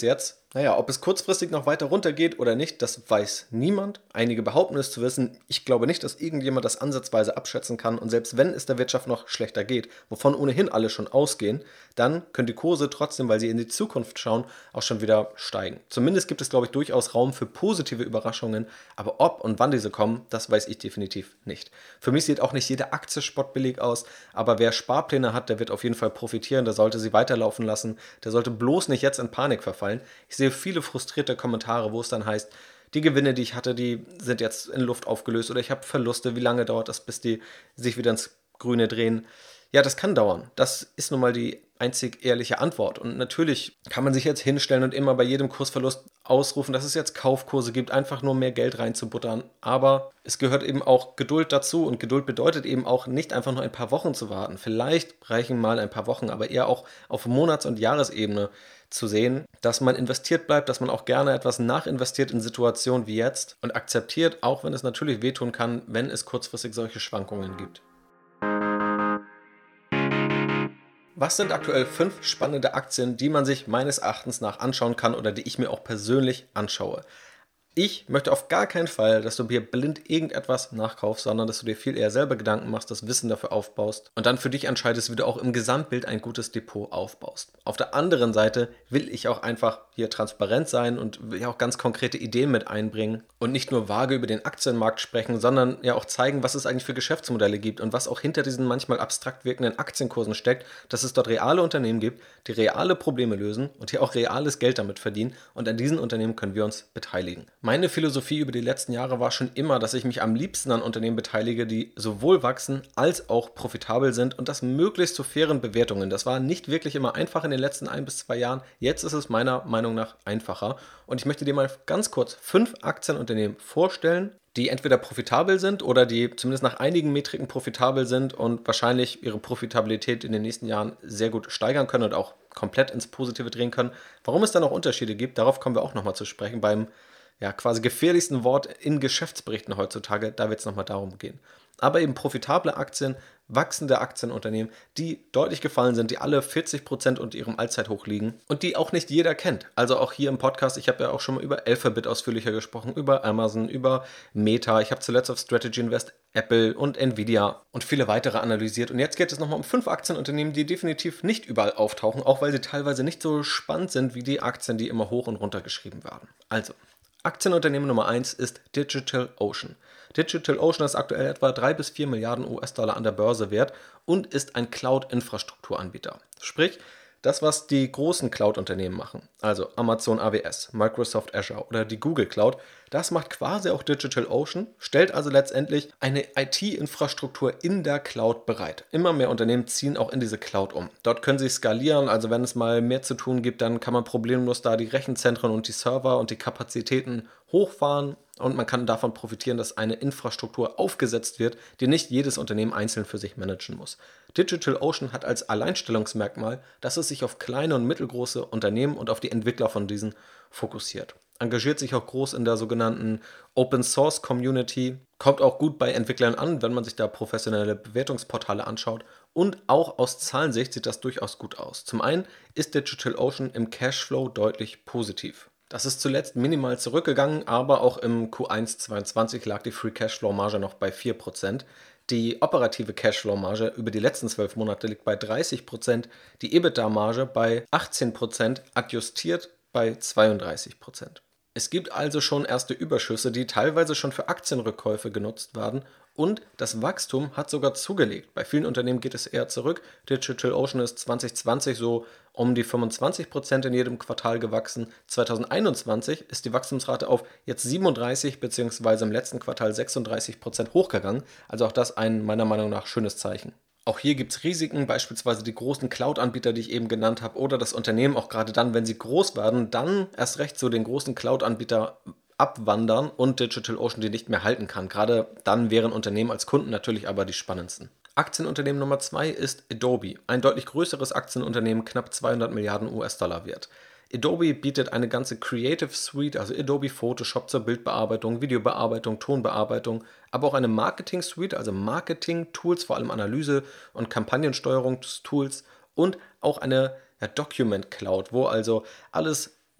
Naja, ob es kurzfristig noch weiter runtergeht oder nicht, das weiß niemand. Einige behaupten es zu wissen. Ich glaube nicht, dass irgendjemand das ansatzweise abschätzen kann. Und selbst wenn es der Wirtschaft noch schlechter geht, wovon ohnehin alle schon ausgehen, dann können die Kurse trotzdem, weil sie in die Zukunft schauen, auch schon wieder steigen. Zumindest gibt es, glaube ich, durchaus Raum für positive Überraschungen. Aber ob und wann diese kommen, das weiß ich definitiv nicht. Für mich sieht auch nicht jede Aktie spottbillig aus. Aber wer Sparpläne hat, der wird auf jeden Fall profitieren. Der sollte sie weiterlaufen lassen. Der sollte bloß nicht jetzt in Panik verfallen. Ich sehe viele frustrierte Kommentare, wo es dann heißt, die Gewinne, die ich hatte, die sind jetzt in Luft aufgelöst oder ich habe Verluste. Wie lange dauert das, bis die sich wieder ins Grüne drehen? Ja, das kann dauern. Das ist nun mal die einzig ehrliche Antwort. Und natürlich kann man sich jetzt hinstellen und immer bei jedem Kursverlust ausrufen, dass es jetzt Kaufkurse gibt, einfach nur mehr Geld reinzubuttern. Aber es gehört eben auch Geduld dazu und Geduld bedeutet eben auch nicht einfach nur ein paar Wochen zu warten. Vielleicht reichen mal ein paar Wochen, aber eher auch auf Monats- und Jahresebene zu sehen, dass man investiert bleibt, dass man auch gerne etwas nachinvestiert in Situationen wie jetzt und akzeptiert, auch wenn es natürlich wehtun kann, wenn es kurzfristig solche Schwankungen gibt. Was sind aktuell fünf spannende Aktien, die man sich meines Erachtens nach anschauen kann oder die ich mir auch persönlich anschaue? Ich möchte auf gar keinen Fall, dass du dir blind irgendetwas nachkaufst, sondern dass du dir viel eher selber Gedanken machst, das Wissen dafür aufbaust und dann für dich entscheidest, wie du auch im Gesamtbild ein gutes Depot aufbaust. Auf der anderen Seite will ich auch einfach hier transparent sein und will ja auch ganz konkrete Ideen mit einbringen und nicht nur vage über den Aktienmarkt sprechen, sondern ja auch zeigen, was es eigentlich für Geschäftsmodelle gibt und was auch hinter diesen manchmal abstrakt wirkenden Aktienkursen steckt, dass es dort reale Unternehmen gibt, die reale Probleme lösen und hier auch reales Geld damit verdienen und an diesen Unternehmen können wir uns beteiligen. Meine Philosophie über die letzten Jahre war schon immer, dass ich mich am liebsten an Unternehmen beteilige, die sowohl wachsen als auch profitabel sind und das möglichst zu fairen Bewertungen. Das war nicht wirklich immer einfach in den letzten ein bis zwei Jahren. Jetzt ist es meiner Meinung nach einfacher. Und ich möchte dir mal ganz kurz fünf Aktienunternehmen vorstellen, die entweder profitabel sind oder die zumindest nach einigen Metriken profitabel sind und wahrscheinlich ihre Profitabilität in den nächsten Jahren sehr gut steigern können und auch komplett ins Positive drehen können. Warum es dann auch Unterschiede gibt, darauf kommen wir auch nochmal zu sprechen beim ja, quasi gefährlichsten Wort in Geschäftsberichten heutzutage, da wird es nochmal darum gehen. Aber eben profitable Aktien, wachsende Aktienunternehmen, die deutlich gefallen sind, die alle vierzig Prozent unter ihrem Allzeithoch liegen und die auch nicht jeder kennt. Also auch hier im Podcast, ich habe ja auch schon mal über Alphabet ausführlicher gesprochen, über Amazon, über Meta, ich habe zuletzt auf Strategy Invest Apple und Nvidia und viele weitere analysiert. Und jetzt geht es nochmal um fünf Aktienunternehmen, die definitiv nicht überall auftauchen, auch weil sie teilweise nicht so spannend sind wie die Aktien, die immer hoch und runter geschrieben werden. Also, Aktienunternehmen Nummer eins ist DigitalOcean. DigitalOcean ist aktuell etwa drei bis vier Milliarden U S-Dollar an der Börse wert und ist ein Cloud-Infrastrukturanbieter. Sprich, das, was die großen Cloud-Unternehmen machen, also Amazon A W S, Microsoft Azure oder die Google Cloud, das macht quasi auch DigitalOcean, stellt also letztendlich eine I T-Infrastruktur in der Cloud bereit. Immer mehr Unternehmen ziehen auch in diese Cloud um. Dort können sie skalieren, also wenn es mal mehr zu tun gibt, dann kann man problemlos da die Rechenzentren und die Server und die Kapazitäten hochfahren und man kann davon profitieren, dass eine Infrastruktur aufgesetzt wird, die nicht jedes Unternehmen einzeln für sich managen muss. DigitalOcean hat als Alleinstellungsmerkmal, dass es sich auf kleine und mittelgroße Unternehmen und auf die Entwickler von diesen fokussiert. Engagiert sich auch groß in der sogenannten Open Source Community, kommt auch gut bei Entwicklern an, wenn man sich da professionelle Bewertungsportale anschaut und auch aus Zahlensicht sieht das durchaus gut aus. Zum einen ist DigitalOcean im Cashflow deutlich positiv. Das ist zuletzt minimal zurückgegangen, aber auch im Q eins zweiundzwanzig lag die Free Cashflow Marge noch bei vier Prozent. Die operative Cashflow-Marge über die letzten zwölf Monate liegt bei dreißig Prozent, die EBITDA-Marge bei achtzehn Prozent, adjustiert bei zweiunddreißig Prozent. Es gibt also schon erste Überschüsse, die teilweise schon für Aktienrückkäufe genutzt werden und das Wachstum hat sogar zugelegt. Bei vielen Unternehmen geht es eher zurück. DigitalOcean ist zwanzig zwanzig so um die fünfundzwanzig Prozent in jedem Quartal gewachsen. zwanzig einundzwanzig ist die Wachstumsrate auf jetzt siebenunddreißig bzw. im letzten Quartal sechsunddreißig Prozent hochgegangen. Also auch das ein meiner Meinung nach schönes Zeichen. Auch hier gibt es Risiken, beispielsweise die großen Cloud-Anbieter, die ich eben genannt habe, oder das Unternehmen auch gerade dann, wenn sie groß werden, dann erst recht zu den großen Cloud-Anbieter abwandern und DigitalOcean die nicht mehr halten kann. Gerade dann wären Unternehmen als Kunden natürlich aber die spannendsten. Aktienunternehmen Nummer zwei ist Adobe, ein deutlich größeres Aktienunternehmen, knapp zweihundert Milliarden U S-Dollar wert. Adobe bietet eine ganze Creative Suite, also Adobe Photoshop zur Bildbearbeitung, Videobearbeitung, Tonbearbeitung, aber auch eine Marketing Suite, also Marketing-Tools, vor allem Analyse- und Kampagnensteuerungstools und auch eine ja, Document Cloud, wo also alles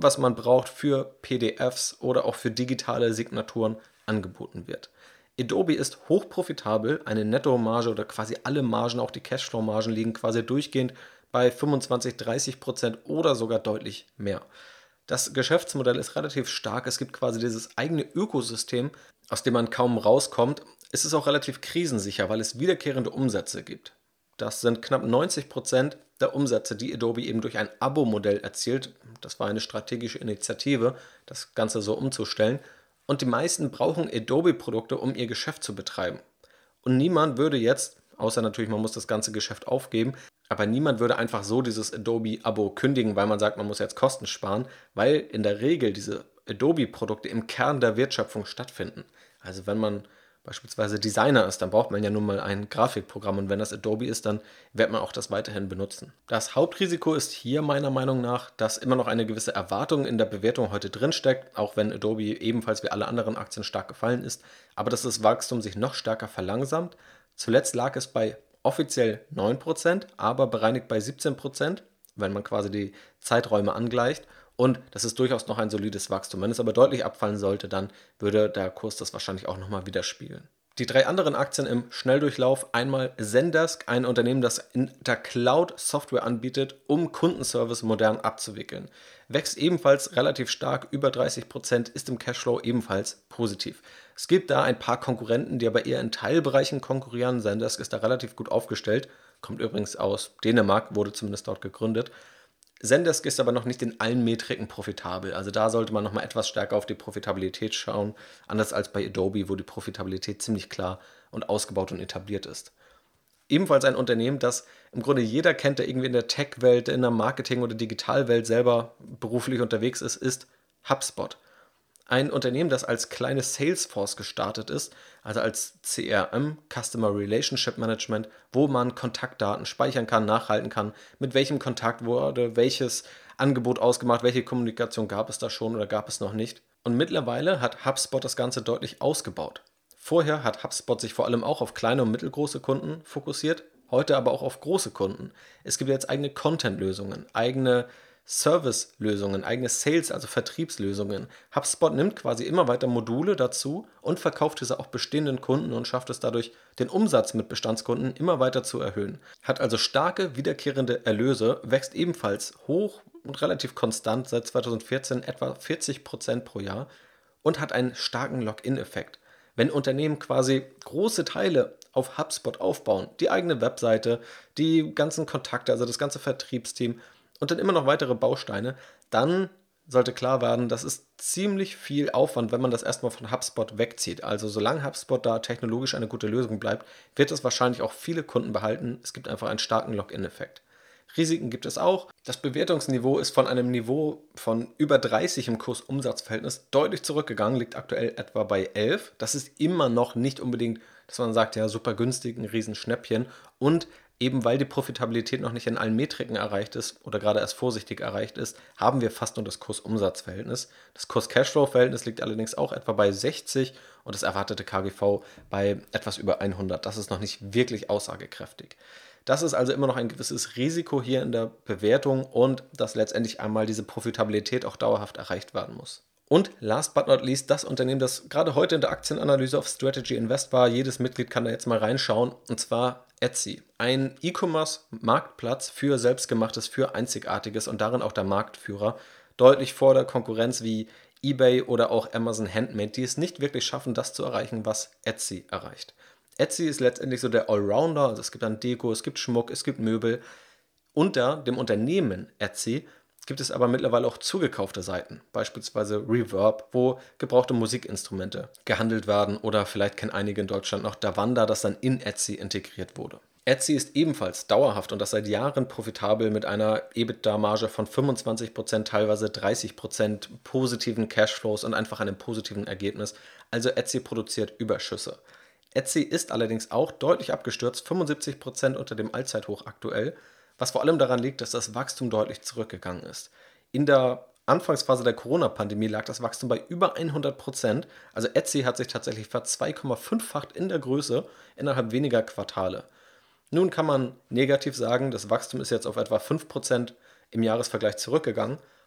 was man braucht für P D Fs oder auch für digitale Signaturen angeboten wird. Adobe ist hochprofitabel, eine Nettomarge oder quasi alle Margen, auch die Cashflow-Margen liegen quasi durchgehend bei fünfundzwanzig, dreißig Prozent oder sogar deutlich mehr. Das Geschäftsmodell ist relativ stark, es gibt quasi dieses eigene Ökosystem, aus dem man kaum rauskommt. Es ist auch relativ krisensicher, weil es wiederkehrende Umsätze gibt. Das sind knapp neunzig Prozent der Umsätze, die Adobe eben durch ein Abo-Modell erzielt. Das war eine strategische Initiative, das Ganze so umzustellen. Und die meisten brauchen Adobe-Produkte, um ihr Geschäft zu betreiben. Und niemand würde jetzt, außer natürlich, man muss das ganze Geschäft aufgeben, aber niemand würde einfach so dieses Adobe-Abo kündigen, weil man sagt, man muss jetzt Kosten sparen, weil in der Regel diese Adobe-Produkte im Kern der Wertschöpfung stattfinden. Also wenn man beispielsweise Designer ist, dann braucht man ja nun mal ein Grafikprogramm und wenn das Adobe ist, dann wird man auch das weiterhin benutzen. Das Hauptrisiko ist hier meiner Meinung nach, dass immer noch eine gewisse Erwartung in der Bewertung heute drinsteckt, auch wenn Adobe ebenfalls wie alle anderen Aktien stark gefallen ist, aber dass das Wachstum sich noch stärker verlangsamt. Zuletzt lag es bei offiziell neun Prozent, aber bereinigt bei siebzehn Prozent, wenn man quasi die Zeiträume angleicht. Und das ist durchaus noch ein solides Wachstum. Wenn es aber deutlich abfallen sollte, dann würde der Kurs das wahrscheinlich auch nochmal widerspiegeln. Die drei anderen Aktien im Schnelldurchlauf, einmal Zendesk, ein Unternehmen, das in der Cloud Software anbietet, um Kundenservice modern abzuwickeln. Wächst ebenfalls relativ stark, über dreißig Prozent, ist im Cashflow ebenfalls positiv. Es gibt da ein paar Konkurrenten, die aber eher in Teilbereichen konkurrieren. Zendesk ist da relativ gut aufgestellt, kommt übrigens aus Dänemark, wurde zumindest dort gegründet. Zendesk ist aber noch nicht in allen Metriken profitabel. Also da sollte man nochmal etwas stärker auf die Profitabilität schauen, anders als bei Adobe, wo die Profitabilität ziemlich klar und ausgebaut und etabliert ist. Ebenfalls ein Unternehmen, das im Grunde jeder kennt, der irgendwie in der Tech-Welt, in der Marketing- oder Digitalwelt selber beruflich unterwegs ist, ist HubSpot. Ein Unternehmen, das als kleines Salesforce gestartet ist, also als C R M, Customer Relationship Management, wo man Kontaktdaten speichern kann, nachhalten kann, mit welchem Kontakt wurde welches Angebot ausgemacht, welche Kommunikation gab es da schon oder gab es noch nicht. Und mittlerweile hat HubSpot das Ganze deutlich ausgebaut. Vorher hat HubSpot sich vor allem auch auf kleine und mittelgroße Kunden fokussiert, heute aber auch auf große Kunden. Es gibt jetzt eigene Content-Lösungen, eigene Service-Lösungen, eigene Sales, also Vertriebslösungen. HubSpot nimmt quasi immer weiter Module dazu und verkauft diese auch bestehenden Kunden und schafft es dadurch, den Umsatz mit Bestandskunden immer weiter zu erhöhen. Hat also starke, wiederkehrende Erlöse, wächst ebenfalls hoch und relativ konstant seit zweitausendvierzehn etwa vierzig Prozent pro Jahr und hat einen starken Lock-in-Effekt. Wenn Unternehmen quasi große Teile auf HubSpot aufbauen, die eigene Webseite, die ganzen Kontakte, also das ganze Vertriebsteam, und dann immer noch weitere Bausteine, dann sollte klar werden, das ist ziemlich viel Aufwand, wenn man das erstmal von HubSpot wegzieht. Also solange HubSpot da technologisch eine gute Lösung bleibt, wird es wahrscheinlich auch viele Kunden behalten. Es gibt einfach einen starken Lock-in-Effekt. Risiken gibt es auch. Das Bewertungsniveau ist von einem Niveau von über dreißig im Kurs-Umsatz-Verhältnis deutlich zurückgegangen, liegt aktuell etwa bei elf. Das ist immer noch nicht unbedingt, dass man sagt, ja, super günstig, ein Riesenschnäppchen. Und eben weil die Profitabilität noch nicht in allen Metriken erreicht ist oder gerade erst vorsichtig erreicht ist, haben wir fast nur das Kurs-Umsatz-Verhältnis. Das Kurs-Cashflow-Verhältnis liegt allerdings auch etwa bei sechzig und das erwartete K G V bei etwas über hundert. Das ist noch nicht wirklich aussagekräftig. Das ist also immer noch ein gewisses Risiko hier in der Bewertung und dass letztendlich einmal diese Profitabilität auch dauerhaft erreicht werden muss. Und last but not least, das Unternehmen, das gerade heute in der Aktienanalyse auf Strategy Invest war, jedes Mitglied kann da jetzt mal reinschauen, und zwar Etsy. Ein E-Commerce-Marktplatz für Selbstgemachtes, für Einzigartiges und darin auch der Marktführer. Deutlich vor der Konkurrenz wie eBay oder auch Amazon Handmade, die es nicht wirklich schaffen, das zu erreichen, was Etsy erreicht. Etsy ist letztendlich so der Allrounder, also es gibt dann Deko, es gibt Schmuck, es gibt Möbel. Unter dem Unternehmen Etsy gibt es aber mittlerweile auch zugekaufte Seiten, beispielsweise Reverb, wo gebrauchte Musikinstrumente gehandelt werden, oder vielleicht kennen einige in Deutschland noch Davanda, das dann in Etsy integriert wurde. Etsy ist ebenfalls dauerhaft und das seit Jahren profitabel mit einer EBITDA-Marge von fünfundzwanzig Prozent, teilweise dreißig Prozent, positiven Cashflows und einfach einem positiven Ergebnis. Also Etsy produziert Überschüsse. Etsy ist allerdings auch deutlich abgestürzt, fünfundsiebzig Prozent unter dem Allzeithoch aktuell, was vor allem daran liegt, dass das Wachstum deutlich zurückgegangen ist. In der Anfangsphase der Corona-Pandemie lag das Wachstum bei über hundert Prozent. Also Etsy hat sich tatsächlich zwei Komma fünffacht in der Größe innerhalb weniger Quartale. Nun kann man negativ sagen, das Wachstum ist jetzt auf etwa fünf Prozent im Jahresvergleich zurückgegangen.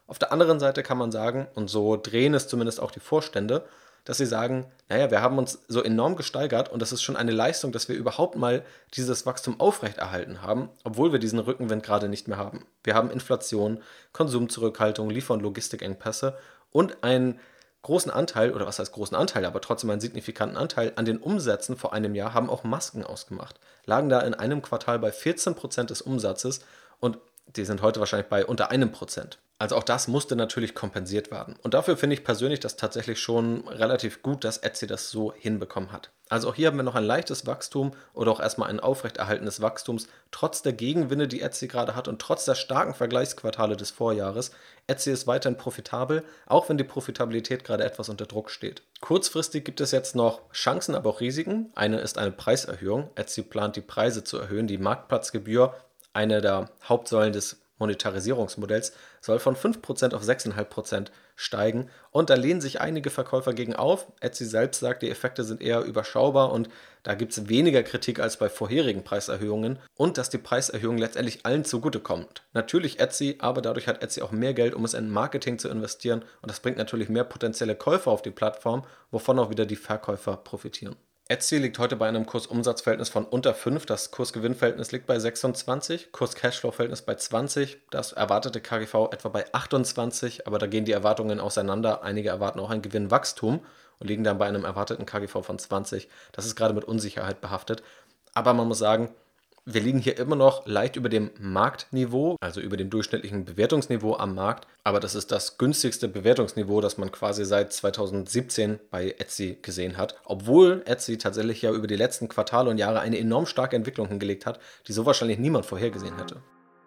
Auf der anderen Seite kann man sagen, und so drehen es zumindest auch die Vorstände, dass sie sagen, naja, wir haben uns so enorm gesteigert und das ist schon eine Leistung, dass wir überhaupt mal dieses Wachstum aufrechterhalten haben, obwohl wir diesen Rückenwind gerade nicht mehr haben. Wir haben Inflation, Konsumzurückhaltung, Liefer- und Logistikengpässe und einen großen Anteil, oder was heißt großen Anteil, aber trotzdem einen signifikanten Anteil an den Umsätzen vor einem Jahr haben auch Masken ausgemacht. Lagen da in einem Quartal bei vierzehn Prozent des Umsatzes und die sind heute wahrscheinlich bei unter einem Prozent. Also auch das musste natürlich kompensiert werden. Und dafür finde ich persönlich das tatsächlich schon relativ gut, dass Etsy das so hinbekommen hat. Also auch hier haben wir noch ein leichtes Wachstum oder auch erstmal ein Aufrechterhalten des Wachstums, trotz der Gegenwinde, die Etsy gerade hat und trotz der starken Vergleichsquartale des Vorjahres. Etsy ist weiterhin profitabel, auch wenn die Profitabilität gerade etwas unter Druck steht. Kurzfristig gibt es jetzt noch Chancen, aber auch Risiken. Eine ist eine Preiserhöhung. Etsy plant, die Preise zu erhöhen. Die Marktplatzgebühr, eine der Hauptsäulen des Monetarisierungsmodells, soll von fünf Prozent auf sechs Komma fünf Prozent steigen und da lehnen sich einige Verkäufer gegen auf. Etsy selbst sagt, die Effekte sind eher überschaubar und da gibt es weniger Kritik als bei vorherigen Preiserhöhungen und dass die Preiserhöhung letztendlich allen zugutekommt. Natürlich Etsy, aber dadurch hat Etsy auch mehr Geld, um es in Marketing zu investieren und das bringt natürlich mehr potenzielle Käufer auf die Plattform, wovon auch wieder die Verkäufer profitieren. Etsy liegt heute bei einem Kurs-Umsatz-Verhältnis von unter fünf, das Kurs-Gewinn-Verhältnis liegt bei sechsundzwanzig, Kurs-Cashflow-Verhältnis bei zwanzig, das erwartete K G V etwa bei achtundzwanzig, aber da gehen die Erwartungen auseinander. Einige erwarten auch ein Gewinnwachstum und liegen dann bei einem erwarteten K G V von zwanzig. Das ist gerade mit Unsicherheit behaftet. Aber man muss sagen, wir liegen hier immer noch leicht über dem Marktniveau, also über dem durchschnittlichen Bewertungsniveau am Markt. Aber das ist das günstigste Bewertungsniveau, das man quasi seit zweitausendsiebzehn bei Etsy gesehen hat. Obwohl Etsy tatsächlich ja über die letzten Quartale und Jahre eine enorm starke Entwicklung hingelegt hat, die so wahrscheinlich niemand vorhergesehen hätte.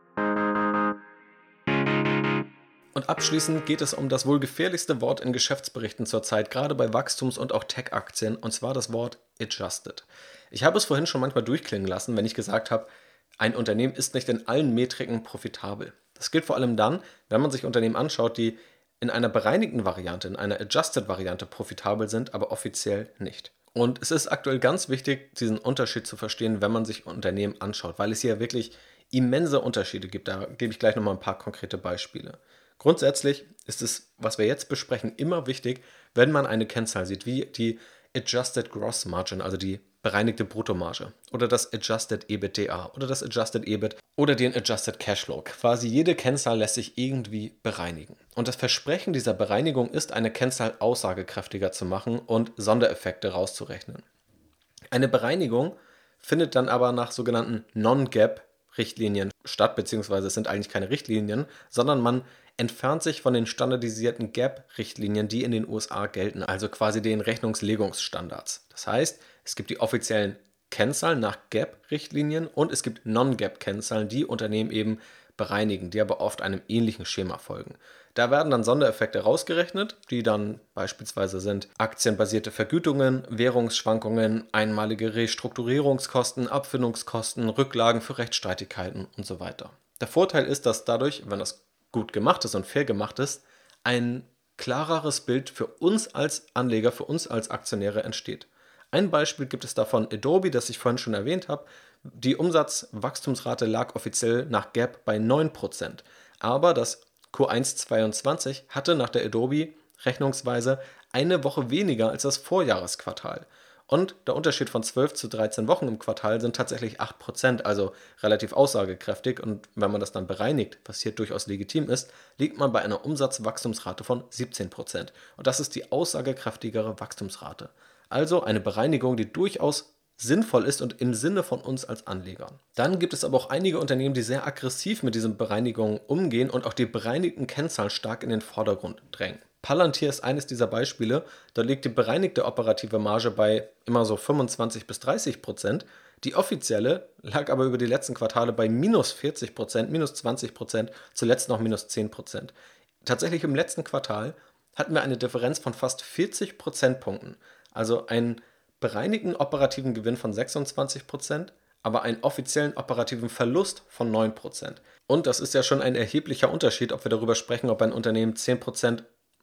Und abschließend geht es um das wohl gefährlichste Wort in Geschäftsberichten zurzeit, gerade bei Wachstums- und auch Tech-Aktien, und zwar das Wort adjusted. Ich habe es vorhin schon manchmal durchklingen lassen, wenn ich gesagt habe, ein Unternehmen ist nicht in allen Metriken profitabel. Das gilt vor allem dann, wenn man sich Unternehmen anschaut, die in einer bereinigten Variante, in einer Adjusted-Variante profitabel sind, aber offiziell nicht. Und es ist aktuell ganz wichtig, diesen Unterschied zu verstehen, wenn man sich Unternehmen anschaut, weil es hier wirklich immense Unterschiede gibt. Da gebe ich gleich nochmal ein paar konkrete Beispiele. Grundsätzlich ist es, was wir jetzt besprechen, immer wichtig, wenn man eine Kennzahl sieht, wie die Adjusted Gross Margin, also die bereinigte Bruttomarge, oder das Adjusted EBITDA oder das Adjusted E B I T oder den Adjusted Cashflow. Quasi jede Kennzahl lässt sich irgendwie bereinigen. Und das Versprechen dieser Bereinigung ist, eine Kennzahl aussagekräftiger zu machen und Sondereffekte rauszurechnen. Eine Bereinigung findet dann aber nach sogenannten Non-Gap-Richtlinien statt, beziehungsweise es sind eigentlich keine Richtlinien, sondern man entfernt sich von den standardisierten Gap-Richtlinien, die in den U S A gelten, also quasi den Rechnungslegungsstandards. Das heißt, es gibt die offiziellen Kennzahlen nach Gap-Richtlinien und es gibt Non-Gap-Kennzahlen, die Unternehmen eben bereinigen, die aber oft einem ähnlichen Schema folgen. Da werden dann Sondereffekte rausgerechnet, die dann beispielsweise sind aktienbasierte Vergütungen, Währungsschwankungen, einmalige Restrukturierungskosten, Abfindungskosten, Rücklagen für Rechtsstreitigkeiten und so weiter. Der Vorteil ist, dass dadurch, wenn das gut gemacht ist und fair gemacht ist, ein klareres Bild für uns als Anleger, für uns als Aktionäre entsteht. Ein Beispiel gibt es davon Adobe, das ich vorhin schon erwähnt habe. Die Umsatzwachstumsrate lag offiziell nach Gap bei neun Prozent, aber das Q eins zweiundzwanzig hatte nach der Adobe-Rechnungsweise eine Woche weniger als das Vorjahresquartal. Und der Unterschied von zwölf zu dreizehn Wochen im Quartal sind tatsächlich acht Prozent, also relativ aussagekräftig. Und wenn man das dann bereinigt, was hier durchaus legitim ist, liegt man bei einer Umsatzwachstumsrate von siebzehn Prozent. Und das ist die aussagekräftigere Wachstumsrate. Also eine Bereinigung, die durchaus sinnvoll ist und im Sinne von uns als Anlegern. Dann gibt es aber auch einige Unternehmen, die sehr aggressiv mit diesen Bereinigungen umgehen und auch die bereinigten Kennzahlen stark in den Vordergrund drängen. Palantir ist eines dieser Beispiele. Da liegt die bereinigte operative Marge bei immer so fünfundzwanzig bis dreißig Prozent. Die offizielle lag aber über die letzten Quartale bei minus vierzig Prozent, minus zwanzig Prozent, zuletzt noch minus zehn Prozent. Tatsächlich im letzten Quartal hatten wir eine Differenz von fast vierzig Prozentpunkten. Also einen bereinigten operativen Gewinn von sechsundzwanzig Prozent, aber einen offiziellen operativen Verlust von neun Prozent. Und das ist ja schon ein erheblicher Unterschied, ob wir darüber sprechen, ob ein Unternehmen zehn Prozent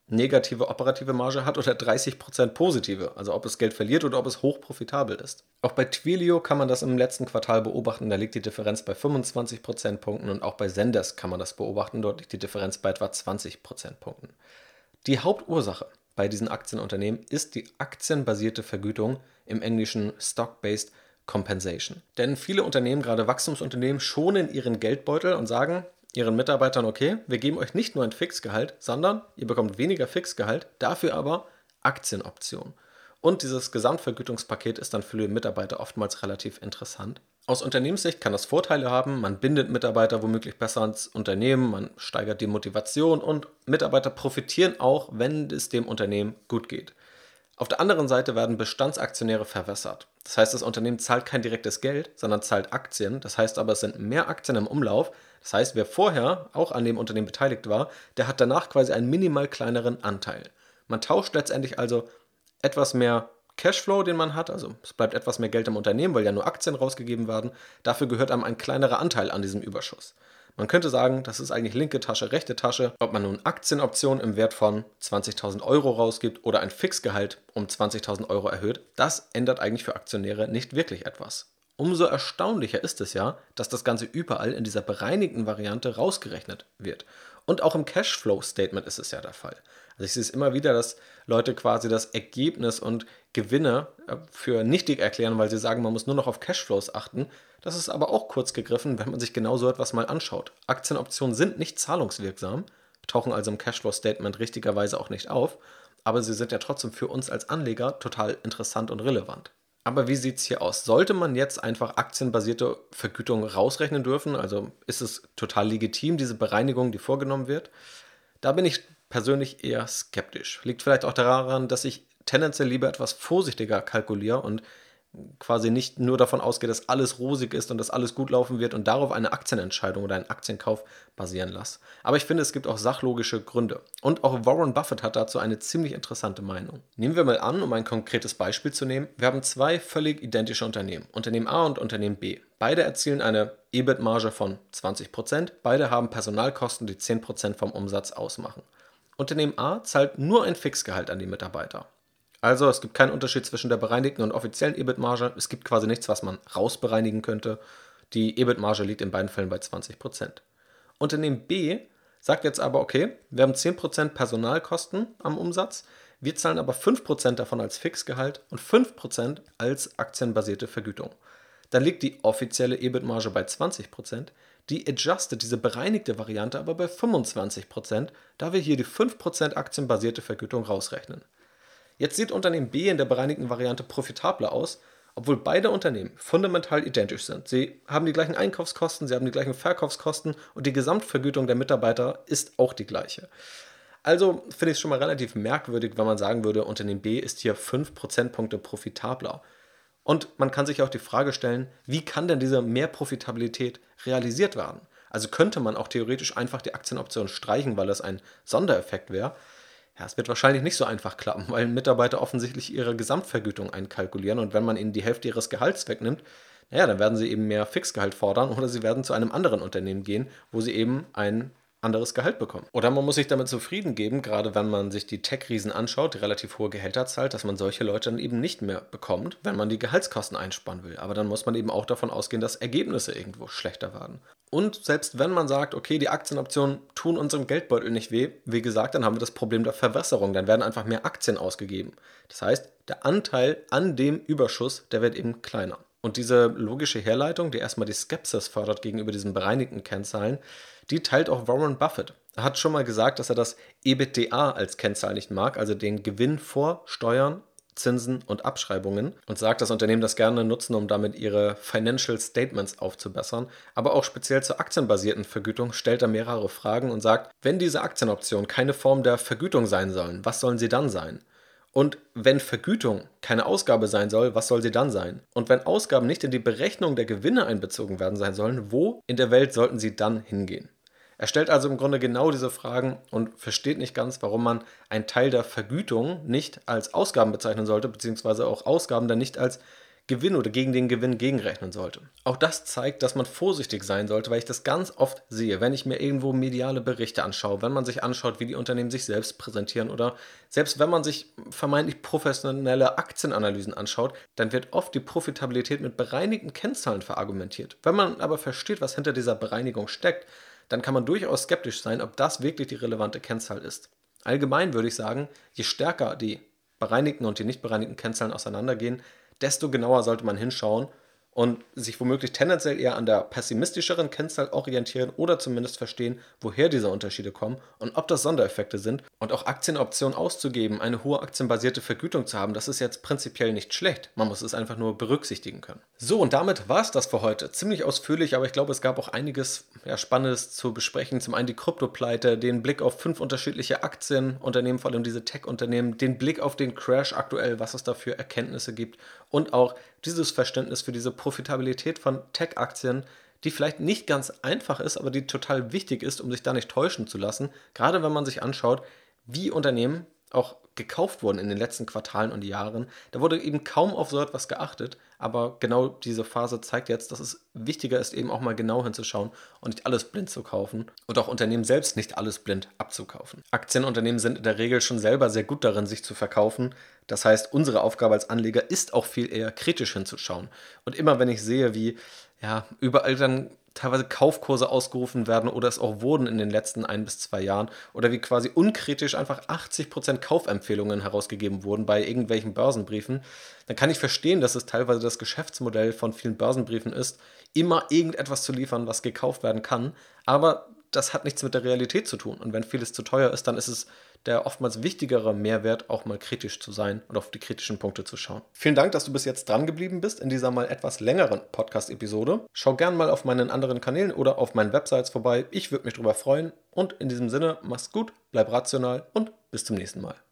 negative operative Marge hat oder dreißig Prozent positive, also ob es Geld verliert oder ob es hoch profitabel ist. Auch bei Twilio kann man das im letzten Quartal beobachten, da liegt die Differenz bei fünfundzwanzig Prozentpunkten und auch bei Zendesk kann man das beobachten, dort liegt die Differenz bei etwa zwanzig Prozentpunkten. Die Hauptursache bei diesen Aktienunternehmen ist die aktienbasierte Vergütung, im Englischen Stock-Based Compensation. Denn viele Unternehmen, gerade Wachstumsunternehmen, schonen ihren Geldbeutel und sagen ihren Mitarbeitern, okay, wir geben euch nicht nur ein Fixgehalt, sondern ihr bekommt weniger Fixgehalt, dafür aber Aktienoptionen. Und dieses Gesamtvergütungspaket ist dann für die Mitarbeiter oftmals relativ interessant. Aus Unternehmenssicht kann das Vorteile haben, man bindet Mitarbeiter womöglich besser ans Unternehmen, man steigert die Motivation und Mitarbeiter profitieren auch, wenn es dem Unternehmen gut geht. Auf der anderen Seite werden Bestandsaktionäre verwässert. Das heißt, das Unternehmen zahlt kein direktes Geld, sondern zahlt Aktien. Das heißt aber, es sind mehr Aktien im Umlauf. Das heißt, wer vorher auch an dem Unternehmen beteiligt war, der hat danach quasi einen minimal kleineren Anteil. Man tauscht letztendlich also etwas mehr Cashflow, den man hat, also es bleibt etwas mehr Geld im Unternehmen, weil ja nur Aktien rausgegeben werden. Dafür gehört einem ein kleinerer Anteil an diesem Überschuss. Man könnte sagen, das ist eigentlich linke Tasche, rechte Tasche, ob man nun Aktienoptionen im Wert von zwanzigtausend Euro rausgibt oder ein Fixgehalt um zwanzigtausend Euro erhöht, das ändert eigentlich für Aktionäre nicht wirklich etwas. Umso erstaunlicher ist es ja, dass das Ganze überall in dieser bereinigten Variante rausgerechnet wird. Und auch im Cashflow-Statement ist es ja der Fall. Also ich sehe es immer wieder, dass Leute quasi das Ergebnis und Gewinne für nichtig erklären, weil sie sagen, man muss nur noch auf Cashflows achten. Das ist aber auch kurz gegriffen, wenn man sich genau so etwas mal anschaut. Aktienoptionen sind nicht zahlungswirksam, tauchen also im Cashflow-Statement richtigerweise auch nicht auf, aber sie sind ja trotzdem für uns als Anleger total interessant und relevant. Aber wie sieht es hier aus? Sollte man jetzt einfach aktienbasierte Vergütung rausrechnen dürfen? Also ist es total legitim, diese Bereinigung, die vorgenommen wird? Da bin ich persönlich eher skeptisch. Liegt vielleicht auch daran, dass ich tendenziell lieber etwas vorsichtiger kalkuliere und quasi nicht nur davon ausgehe, dass alles rosig ist und dass alles gut laufen wird und darauf eine Aktienentscheidung oder einen Aktienkauf basieren lasse. Aber ich finde, es gibt auch sachlogische Gründe. Und auch Warren Buffett hat dazu eine ziemlich interessante Meinung. Nehmen wir mal an, um ein konkretes Beispiel zu nehmen, wir haben zwei völlig identische Unternehmen, Unternehmen A und Unternehmen B. Beide erzielen eine E B I T-Marge von zwanzig Prozent, beide haben Personalkosten, die zehn Prozent vom Umsatz ausmachen. Unternehmen A zahlt nur ein Fixgehalt an die Mitarbeiter. Also es gibt keinen Unterschied zwischen der bereinigten und offiziellen E B I T-Marge. Es gibt quasi nichts, was man rausbereinigen könnte. Die E B I T-Marge liegt in beiden Fällen bei zwanzig Prozent. Unternehmen B sagt jetzt aber, okay, wir haben zehn Prozent Personalkosten am Umsatz, wir zahlen aber fünf Prozent davon als Fixgehalt und fünf Prozent als aktienbasierte Vergütung. Dann liegt die offizielle E B I T-Marge bei zwanzig Prozent, die adjusted, diese bereinigte Variante, aber bei fünfundzwanzig Prozent, da wir hier die fünf Prozent aktienbasierte Vergütung rausrechnen. Jetzt sieht Unternehmen B in der bereinigten Variante profitabler aus, obwohl beide Unternehmen fundamental identisch sind. Sie haben die gleichen Einkaufskosten, sie haben die gleichen Verkaufskosten und die Gesamtvergütung der Mitarbeiter ist auch die gleiche. Also finde ich es schon mal relativ merkwürdig, wenn man sagen würde, Unternehmen B ist hier fünf Prozentpunkte profitabler. Und man kann sich auch die Frage stellen, wie kann denn diese Mehrprofitabilität realisiert werden? Also könnte man auch theoretisch einfach die Aktienoption streichen, weil das ein Sondereffekt wäre. Ja, es wird wahrscheinlich nicht so einfach klappen, weil Mitarbeiter offensichtlich ihre Gesamtvergütung einkalkulieren und wenn man ihnen die Hälfte ihres Gehalts wegnimmt, naja, dann werden sie eben mehr Fixgehalt fordern oder sie werden zu einem anderen Unternehmen gehen, wo sie eben ein anderes Gehalt bekommen. Oder man muss sich damit zufrieden geben, gerade wenn man sich die Tech-Riesen anschaut, die relativ hohe Gehälter zahlt, dass man solche Leute dann eben nicht mehr bekommt, wenn man die Gehaltskosten einsparen will. Aber dann muss man eben auch davon ausgehen, dass Ergebnisse irgendwo schlechter werden. Und selbst wenn man sagt, okay, die Aktienoptionen tun unserem Geldbeutel nicht weh, wie gesagt, dann haben wir das Problem der Verwässerung. Dann werden einfach mehr Aktien ausgegeben. Das heißt, der Anteil an dem Überschuss, der wird eben kleiner. Und diese logische Herleitung, die erstmal die Skepsis fördert gegenüber diesen bereinigten Kennzahlen, die teilt auch Warren Buffett. Er hat schon mal gesagt, dass er das E B I T D A als Kennzahl nicht mag, also den Gewinn vor Steuern, Zinsen und Abschreibungen und sagt, dass Unternehmen das gerne nutzen, um damit ihre Financial Statements aufzubessern. Aber auch speziell zur aktienbasierten Vergütung stellt er mehrere Fragen und sagt, wenn diese Aktienoptionen keine Form der Vergütung sein sollen, was sollen sie dann sein? Und wenn Vergütung keine Ausgabe sein soll, was soll sie dann sein? Und wenn Ausgaben nicht in die Berechnung der Gewinne einbezogen werden sein sollen, wo in der Welt sollten sie dann hingehen? Er stellt also im Grunde genau diese Fragen und versteht nicht ganz, warum man einen Teil der Vergütung nicht als Ausgaben bezeichnen sollte, beziehungsweise auch Ausgaben dann nicht als Gewinn oder gegen den Gewinn gegenrechnen sollte. Auch das zeigt, dass man vorsichtig sein sollte, weil ich das ganz oft sehe, wenn ich mir irgendwo mediale Berichte anschaue, wenn man sich anschaut, wie die Unternehmen sich selbst präsentieren oder selbst wenn man sich vermeintlich professionelle Aktienanalysen anschaut, dann wird oft die Profitabilität mit bereinigten Kennzahlen verargumentiert. Wenn man aber versteht, was hinter dieser Bereinigung steckt, dann kann man durchaus skeptisch sein, ob das wirklich die relevante Kennzahl ist. Allgemein würde ich sagen, je stärker die bereinigten und die nicht bereinigten Kennzahlen auseinandergehen, desto genauer sollte man hinschauen und sich womöglich tendenziell eher an der pessimistischeren Kennzahl orientieren oder zumindest verstehen, woher diese Unterschiede kommen und ob das Sondereffekte sind. Und auch Aktienoptionen auszugeben, eine hohe aktienbasierte Vergütung zu haben, das ist jetzt prinzipiell nicht schlecht. Man muss es einfach nur berücksichtigen können. So, und damit war es das für heute. Ziemlich ausführlich, aber ich glaube, es gab auch einiges ja, Spannendes zu besprechen. Zum einen die Kryptopleite, den Blick auf fünf unterschiedliche Aktienunternehmen, vor allem diese Tech-Unternehmen, den Blick auf den Crash aktuell, was es da für Erkenntnisse gibt und auch dieses Verständnis für diese Profitabilität von Tech-Aktien, die vielleicht nicht ganz einfach ist, aber die total wichtig ist, um sich da nicht täuschen zu lassen. Gerade wenn man sich anschaut, wie Unternehmen auch gekauft wurden in den letzten Quartalen und Jahren. Da wurde eben kaum auf so etwas geachtet, aber genau diese Phase zeigt jetzt, dass es wichtiger ist, eben auch mal genau hinzuschauen und nicht alles blind zu kaufen und auch Unternehmen selbst nicht alles blind abzukaufen. Aktienunternehmen sind in der Regel schon selber sehr gut darin, sich zu verkaufen. Das heißt, unsere Aufgabe als Anleger ist auch viel eher kritisch hinzuschauen. Und immer wenn ich sehe, wie ja, überall dann teilweise Kaufkurse ausgerufen werden oder es auch wurden in den letzten ein bis zwei Jahren oder wie quasi unkritisch einfach achtzig Prozent Kaufempfehlungen herausgegeben wurden bei irgendwelchen Börsenbriefen, dann kann ich verstehen, dass es teilweise das Geschäftsmodell von vielen Börsenbriefen ist, immer irgendetwas zu liefern, was gekauft werden kann, aber das hat nichts mit der Realität zu tun. Und wenn vieles zu teuer ist, dann ist es der oftmals wichtigere Mehrwert, auch mal kritisch zu sein und auf die kritischen Punkte zu schauen. Vielen Dank, dass du bis jetzt dran geblieben bist in dieser mal etwas längeren Podcast-Episode. Schau gern mal auf meinen anderen Kanälen oder auf meinen Websites vorbei. Ich würde mich darüber freuen. Und in diesem Sinne, mach's gut, bleib rational und bis zum nächsten Mal.